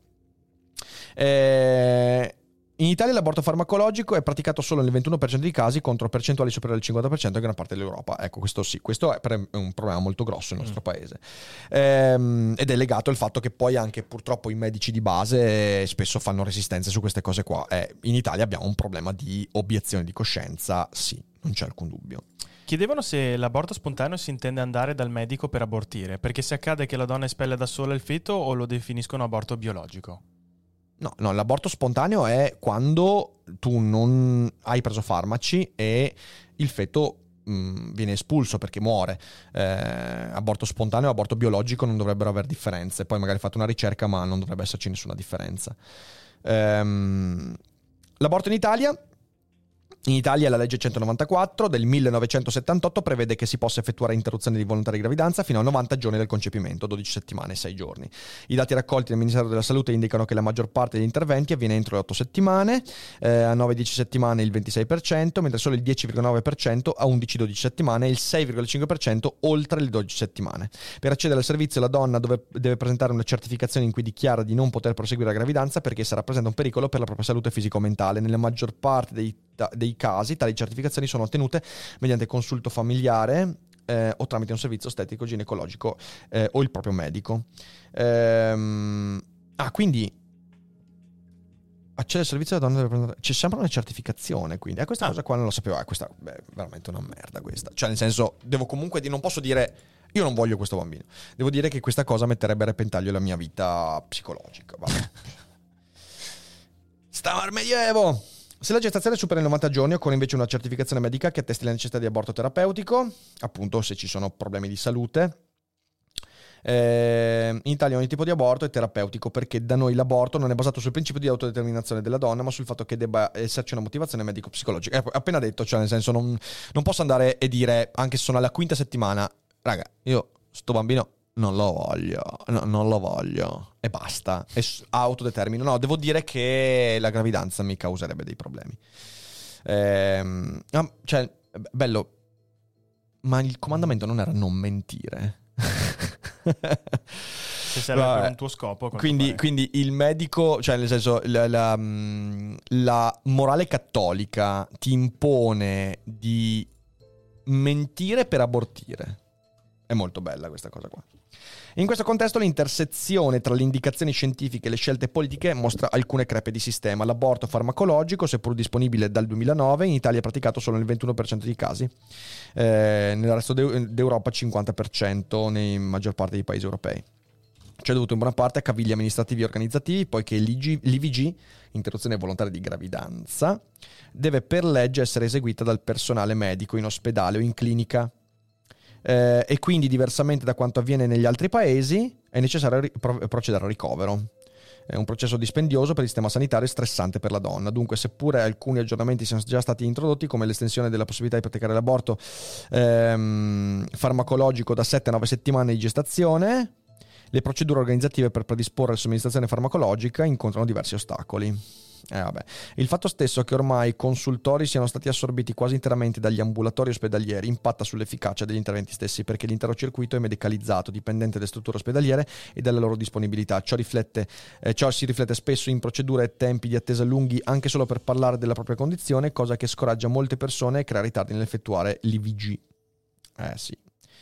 Eh... In Italia l'aborto farmacologico è praticato solo nel ventuno per cento dei casi, contro percentuali superiori al cinquanta per cento in gran parte dell'Europa. Ecco, questo sì, questo è un problema molto grosso nel nostro mm. paese. Ehm, ed è legato al fatto che poi anche purtroppo i medici di base spesso fanno resistenze su queste cose qua. Eh, in Italia abbiamo un problema di obiezione di coscienza, sì, non c'è alcun dubbio. Chiedevano se l'aborto spontaneo si intende andare dal medico per abortire, perché se accade che la donna espelle da sola il feto o lo definiscono aborto biologico? No, no, l'aborto spontaneo è quando tu non hai preso farmaci e il feto mh, viene espulso perché muore. Eh, aborto spontaneo e aborto biologico non dovrebbero avere differenze. Poi magari fate una ricerca, ma non dovrebbe esserci nessuna differenza. Ehm, l'aborto in Italia... In Italia la legge centonovantaquattro del millenovecentosettantotto prevede che si possa effettuare interruzione di volontaria di gravidanza fino a novanta giorni del concepimento, dodici settimane e sei giorni. I dati raccolti dal Ministero della Salute indicano che la maggior parte degli interventi avviene entro le otto settimane, eh, a nove dieci settimane il ventisei per cento, mentre solo il dieci virgola nove per cento a undici dodici settimane e il sei virgola cinque per cento oltre le dodici settimane. Per accedere al servizio la donna dove, deve presentare una certificazione in cui dichiara di non poter proseguire la gravidanza perché essa rappresenta un pericolo per la propria salute fisico-mentale. Nella maggior parte dei dei casi tali certificazioni sono ottenute mediante consulto familiare eh, o tramite un servizio estetico ginecologico eh, o il proprio medico. Ehm, ah, quindi accede al servizio della donna deve prendere... c'è sempre una certificazione, quindi eh, questa ah. cosa qua non lo sapevo. Eh, questa beh, è veramente una merda questa. Cioè nel senso, devo comunque dire, non posso dire io non voglio questo bambino. Devo dire che questa cosa metterebbe a repentaglio la mia vita psicologica. Vabbè. Stavo al Medioevo. Se la gestazione supera i novanta giorni, occorre invece una certificazione medica che attesti la necessità di aborto terapeutico, appunto se ci sono problemi di salute. Eh, in Italia ogni tipo di aborto è terapeutico perché da noi l'aborto non è basato sul principio di autodeterminazione della donna, ma sul fatto che debba esserci una motivazione medico-psicologica. Eh, appena detto, cioè nel senso non, non posso andare e dire, anche se sono alla quinta settimana, raga, io sto bambino non lo voglio, no, non lo voglio e basta, e autodetermino. No, devo dire che la gravidanza mi causerebbe dei problemi. Ehm, cioè, bello, ma il comandamento non era non mentire. Se serve Vabbè. per un tuo scopo. Quindi, quindi il medico, cioè nel senso, la, la, la morale cattolica ti impone di mentire per abortire. È molto bella questa cosa qua. In questo contesto l'intersezione tra le indicazioni scientifiche e le scelte politiche mostra alcune crepe di sistema. L'aborto farmacologico, seppur disponibile dal duemilanove, in Italia è praticato solo nel ventuno per cento dei casi, eh, nel resto d'Europa cinquanta per cento nei maggior parte dei paesi europei. C'è dovuto in buona parte a cavilli amministrativi e organizzativi, poiché l'I V G, interruzione volontaria di gravidanza, deve per legge essere eseguita dal personale medico in ospedale o in clinica. Eh, e quindi, diversamente da quanto avviene negli altri paesi, è necessario ri- pro- procedere al ricovero. È un processo dispendioso per il sistema sanitario e stressante per la donna. Dunque, seppure alcuni aggiornamenti siano già stati introdotti, come l'estensione della possibilità di praticare l'aborto ehm, farmacologico da sette a nove settimane di gestazione, le procedure organizzative per predisporre la somministrazione farmacologica incontrano diversi ostacoli. Eh, vabbè. Il fatto stesso che ormai i consultori siano stati assorbiti quasi interamente dagli ambulatori ospedalieri impatta sull'efficacia degli interventi stessi, perché l'intero circuito è medicalizzato, dipendente dalle strutture ospedaliere e dalla loro disponibilità. Ciò, riflette, eh, ciò si riflette spesso in procedure e tempi di attesa lunghi anche solo per parlare della propria condizione, cosa che scoraggia molte persone e crea ritardi nell'effettuare l'I V G. Eh sì.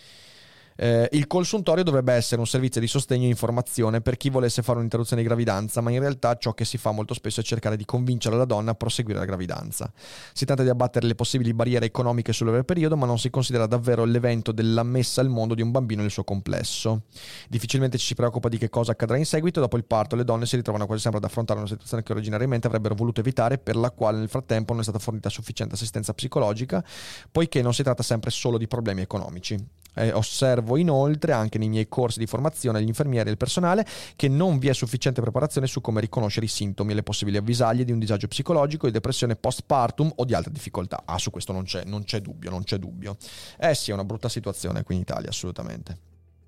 Eh, il consultorio dovrebbe essere un servizio di sostegno e informazione per chi volesse fare un'interruzione di gravidanza, ma in realtà ciò che si fa molto spesso è cercare di convincere la donna a proseguire la gravidanza. Si tratta di abbattere le possibili barriere economiche sul breve periodo, ma non si considera davvero l'evento della messa al mondo di un bambino nel suo complesso. Difficilmente ci si preoccupa di che cosa accadrà in seguito. Dopo il parto le donne si ritrovano quasi sempre ad affrontare una situazione che originariamente avrebbero voluto evitare, per la quale nel frattempo non è stata fornita sufficiente assistenza psicologica, poiché non si tratta sempre solo di problemi economici. Eh, osservo inoltre anche nei miei corsi di formazione agli infermieri e al personale che non vi è sufficiente preparazione su come riconoscere i sintomi e le possibili avvisaglie di un disagio psicologico, di depressione postpartum o di altre difficoltà. Ah, su questo non c'è, non c'è dubbio, non c'è dubbio. Eh sì, è una brutta situazione qui in Italia, assolutamente.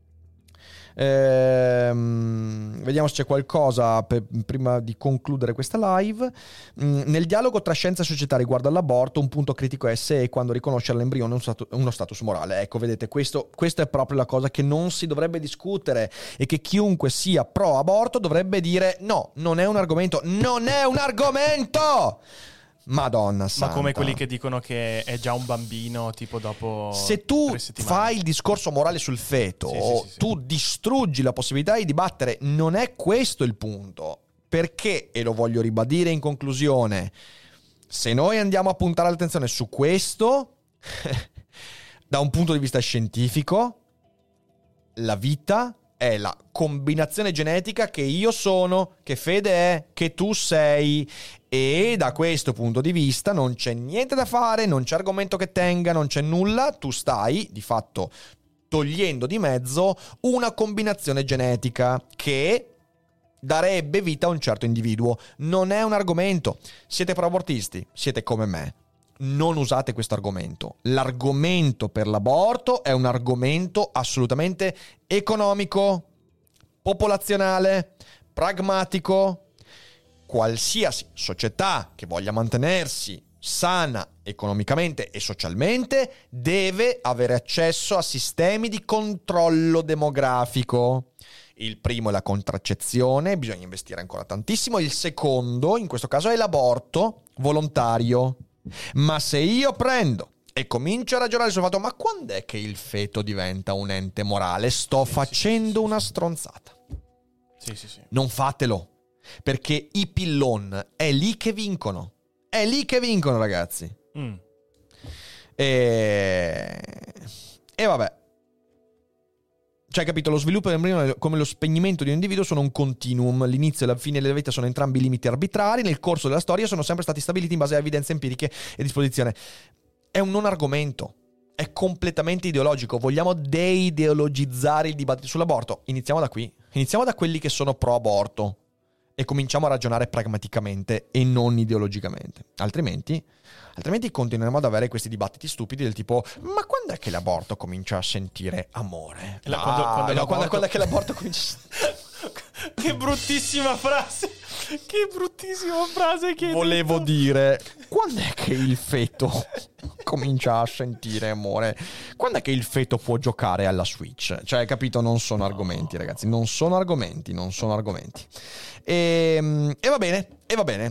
Ehm, vediamo se c'è qualcosa per, prima di concludere questa live. Mm, nel dialogo tra scienza e società riguardo all'aborto, un punto critico è se e quando riconoscere all'embrione uno, stato, uno status morale. Ecco, vedete, questo, questo è proprio la cosa che non si dovrebbe discutere e che chiunque sia pro aborto dovrebbe dire no, non è un argomento, non è un argomento! Madonna santa. Ma come quelli che dicono che è già un bambino tipo dopo se tu tre settimane. Fai il discorso morale sul feto, sì, sì, sì, sì. tu distruggi la possibilità di dibattere. Non è questo il punto, perché, e lo voglio ribadire in conclusione, se noi andiamo a puntare l'attenzione su questo da un punto di vista scientifico, la vita è la combinazione genetica che io sono, che Fede è, che tu sei, e da questo punto di vista non c'è niente da fare, non c'è argomento che tenga, non c'è nulla. Tu stai di fatto togliendo di mezzo una combinazione genetica che darebbe vita a un certo individuo. Non è un argomento. Siete pro-abortisti, siete come me. Non usate questo argomento. L'argomento per l'aborto è un argomento assolutamente economico, popolazionale, pragmatico. Qualsiasi società che voglia mantenersi sana economicamente e socialmente deve avere accesso a sistemi di controllo demografico. Il primo è la contraccezione, bisogna investire ancora tantissimo. Il secondo, in questo caso, è l'aborto volontario. Ma se io prendo e comincio a ragionare sul fatto, ma quando è che il feto diventa un ente morale? Sto sì, facendo sì, sì, una stronzata. Sì, sì, sì. Non fatelo, perché i pillon è lì che vincono. È lì che vincono, ragazzi. Mm. E... e vabbè. Cioè, capito, lo sviluppo dell'embrione come lo spegnimento di un individuo sono un continuum. L'inizio e la fine della vita sono entrambi limiti arbitrari. Nel corso della storia sono sempre stati stabiliti in base a evidenze empiriche e disposizione. È un non argomento. È completamente ideologico. Vogliamo deideologizzare il dibattito sull'aborto? Iniziamo da qui. Iniziamo da quelli che sono pro aborto e cominciamo a ragionare pragmaticamente e non ideologicamente. Altrimenti, altrimenti continueremo ad avere questi dibattiti stupidi del tipo, ma quando è che l'aborto comincia a sentire amore? La, quando, quando, no, l'aborto... quando, quando è che l'aborto comincia a... Che bruttissima frase! Che bruttissima frase che volevo detto. dire, quando è che il feto comincia a sentire amore? Quando è che il feto può giocare alla Switch? Cioè, capito, non sono argomenti, ragazzi, non sono argomenti, non sono argomenti. E, e va bene, e va bene.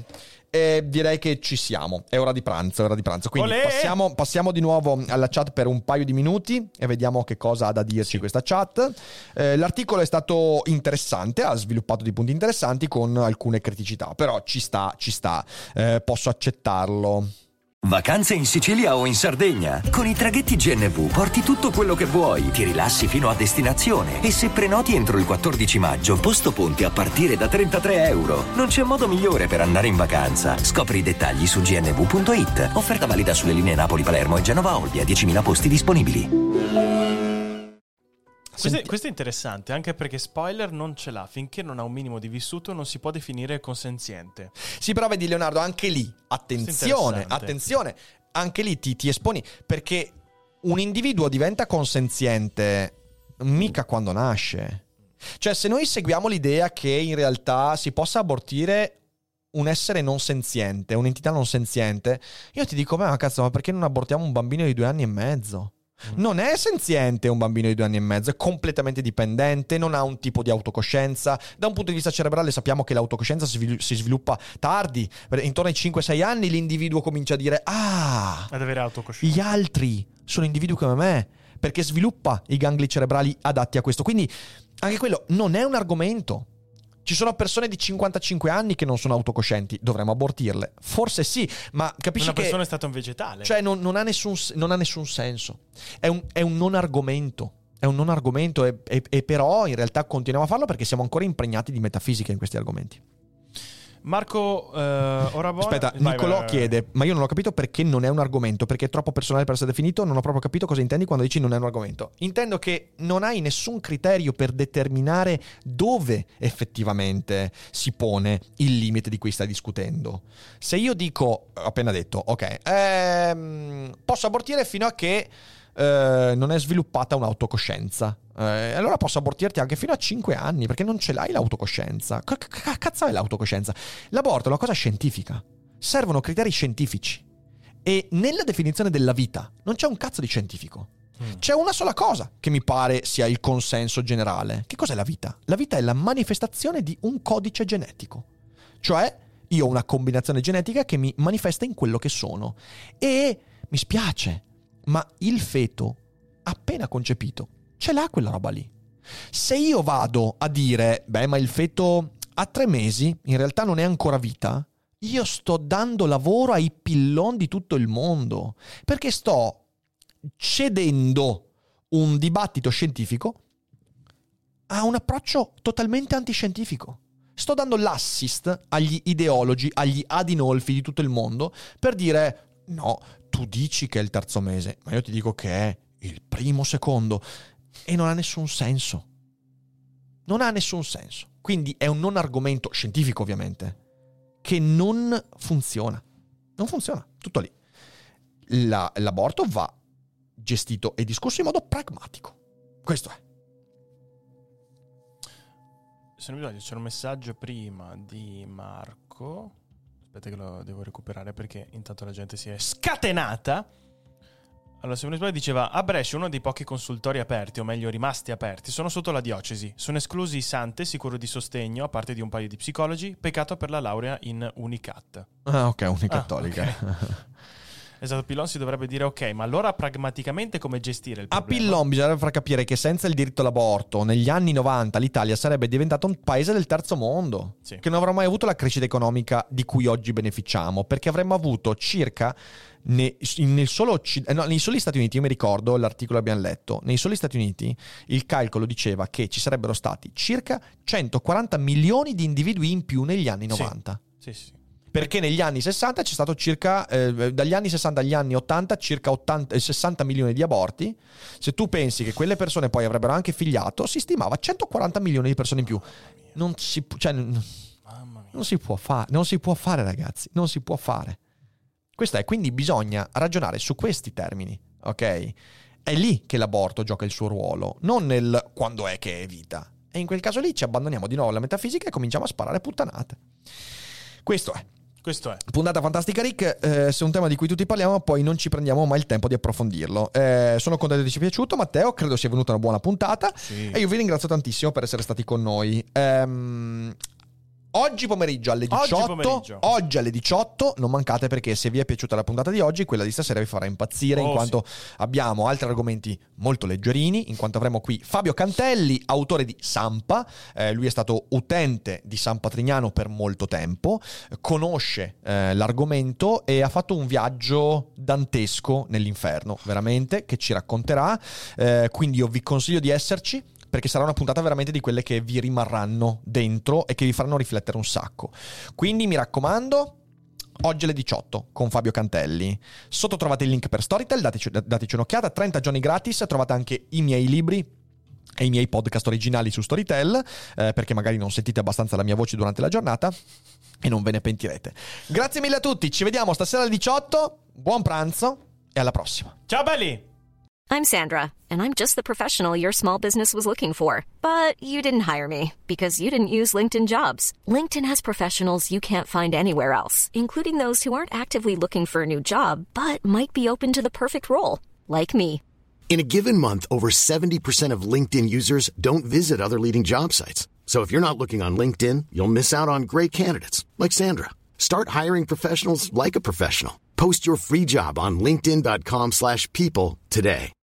E direi che ci siamo, è ora di pranzo, è ora di pranzo. Quindi passiamo, passiamo di nuovo alla chat per un paio di minuti e vediamo che cosa ha da dirci sì. questa chat. Eh, l'articolo è stato interessante, ha sviluppato dei punti interessanti con alcune criticità, però ci sta, ci sta, eh, posso accettarlo. Vacanze in Sicilia o in Sardegna. Con i traghetti G N V porti tutto quello che vuoi, ti rilassi fino a destinazione e se prenoti entro il quattordici maggio, posto ponti a partire da trentatré euro. Non c'è modo migliore per andare in vacanza. Scopri i dettagli su g n v punto i t. Offerta valida sulle linee Napoli-Palermo e Genova-Olbia, diecimila posti disponibili. Questo è, questo è interessante, anche perché spoiler non ce l'ha. Finché non ha un minimo di vissuto non si può definire consenziente. Sì, però vedi Leonardo, anche lì, attenzione, attenzione, anche lì ti, ti esponi, perché un individuo diventa consenziente mica quando nasce. Cioè, se noi seguiamo l'idea che in realtà si possa abortire un essere non senziente, un'entità non senziente, io ti dico, ma cazzo, ma perché non abortiamo un bambino di due anni e mezzo? Non è senziente un bambino di due anni e mezzo, è completamente dipendente, non ha un tipo di autocoscienza. Da un punto di vista cerebrale sappiamo che l'autocoscienza si sviluppa tardi, intorno ai cinque sei anni l'individuo comincia a dire ah, ad avere autocoscienza. Gli altri sono individui come me, perché sviluppa i gangli cerebrali adatti a questo. Quindi anche quello non è un argomento. Ci sono persone di cinquantacinque anni che non sono autocoscienti, dovremmo abortirle? Forse sì, ma capisci Una che... persona è stata un vegetale. Cioè non, non, ha, nessun, non ha nessun senso. È un, è un non argomento. È un non argomento e, e, e però in realtà continuiamo a farlo perché siamo ancora impregnati di metafisica in questi argomenti. Marco uh, Orabon... Aspetta, vai, Nicolò vai, vai. chiede, ma io non ho capito perché non è un argomento, perché è troppo personale per essere definito, non ho proprio capito cosa intendi quando dici non è un argomento. Intendo che non hai nessun criterio per determinare dove effettivamente si pone il limite di cui stai discutendo. Se io dico, ho appena detto, ok, ehm, posso abortire fino a che eh, non è sviluppata un'autocoscienza. Eh, allora posso abortirti anche fino a cinque anni perché non ce l'hai l'autocoscienza. C- c- cazzo è l'autocoscienza? L'aborto è una cosa scientifica. Servono criteri scientifici. E nella definizione della vita non c'è un cazzo di scientifico. Mm. C'è una sola cosa che mi pare sia il consenso generale. Che cos'è la vita? La vita è la manifestazione di un codice genetico. Cioè, io ho una combinazione genetica che mi manifesta in quello che sono. E mi spiace, ma il feto appena concepito ce l'ha quella roba lì. Se io vado a dire, beh, ma il feto a tre mesi in realtà non è ancora vita, io sto dando lavoro ai pillon di tutto il mondo, perché sto cedendo un dibattito scientifico a un approccio totalmente antiscientifico. Sto dando l'assist agli ideologi, agli adinolfi di tutto il mondo per dire, no, tu dici che è il terzo mese, ma io ti dico che è il primo secondo. E non ha nessun senso. Non ha nessun senso. Quindi è un non argomento scientifico, ovviamente, che non funziona. Non funziona. Tutto lì. La, l'aborto va gestito e discusso in modo pragmatico. Questo è. Se non mi sbaglio, c'era un messaggio prima di Marco. Aspetta che lo devo recuperare perché intanto la gente si è scatenata. Allora, se non mi sbaglio diceva, a Brescia uno dei pochi consultori aperti, o meglio rimasti aperti, sono sotto la diocesi. Sono esclusi i sante, sicuro di sostegno, a parte di un paio di psicologi. Peccato per la laurea in Unicat. Ah, ok, Unicattolica. Ah, okay. Esatto, Pillon si dovrebbe dire, ok, ma allora pragmaticamente come gestire il problema? problema? A Pillon bisognerebbe far capire che senza il diritto all'aborto, negli anni novanta l'Italia sarebbe diventato un paese del terzo mondo, sì. Che non avrà mai avuto la crescita economica di cui oggi beneficiamo, perché avremmo avuto circa... Ne, nel solo, eh no, nei soli Stati Uniti, io mi ricordo l'articolo abbiamo letto, nei soli Stati Uniti il calcolo diceva che ci sarebbero stati circa centoquaranta milioni di individui in più negli anni novanta. Sì, sì, sì. Perché negli anni sessanta c'è stato circa, eh, dagli anni sessanta agli anni ottanta, circa ottanta, sessanta milioni di aborti. Se tu pensi che quelle persone poi avrebbero anche figliato, si stimava centoquaranta milioni di persone in più. Non si, cioè, non si può fare, non si può fare, ragazzi, non si può fare. Questo è, quindi bisogna ragionare su questi termini, ok? È lì che l'aborto gioca il suo ruolo, non nel quando è che è vita. E in quel caso lì ci abbandoniamo di nuovo alla metafisica e cominciamo a sparare puttanate. Questo è. Questo è. Puntata fantastica, Rick. Eh, se è un tema di cui tutti parliamo, poi non ci prendiamo mai il tempo di approfondirlo. Eh, sono contento che ti sia piaciuto, Matteo. Credo sia venuta una buona puntata. Sì. E io vi ringrazio tantissimo per essere stati con noi. Ehm... oggi pomeriggio alle diciotto. Oggi pomeriggio. Oggi alle diciotto, non mancate, perché se vi è piaciuta la puntata di oggi, quella di stasera vi farà impazzire, Oh, in quanto sì. abbiamo altri argomenti molto leggerini, in quanto avremo qui Fabio Cantelli, autore di Sampa. Eh, lui è stato utente di San Patrignano per molto tempo, conosce eh, l'argomento e ha fatto un viaggio dantesco nell'inferno, veramente, che ci racconterà. Eh, quindi io vi consiglio di esserci, perché sarà una puntata veramente di quelle che vi rimarranno dentro e che vi faranno riflettere un sacco. Quindi mi raccomando, oggi alle diciotto con Fabio Cantelli. Sotto trovate il link per Storytel, dateci, dateci un'occhiata, trenta giorni gratis, trovate anche i miei libri e i miei podcast originali su Storytel, eh, perché magari non sentite abbastanza la mia voce durante la giornata e non ve ne pentirete. Grazie mille a tutti, ci vediamo stasera alle diciotto, buon pranzo e alla prossima. Ciao belli! I'm Sandra, and I'm just the professional your small business was looking for. But you didn't hire me because you didn't use LinkedIn Jobs. LinkedIn has professionals you can't find anywhere else, including those who aren't actively looking for a new job, but might be open to the perfect role, like me. In a given month, over seventy percent of LinkedIn users don't visit other leading job sites. So if you're not looking on LinkedIn, you'll miss out on great candidates like Sandra. Start hiring professionals like a professional. Post your free job on linkedin dot com slash people today.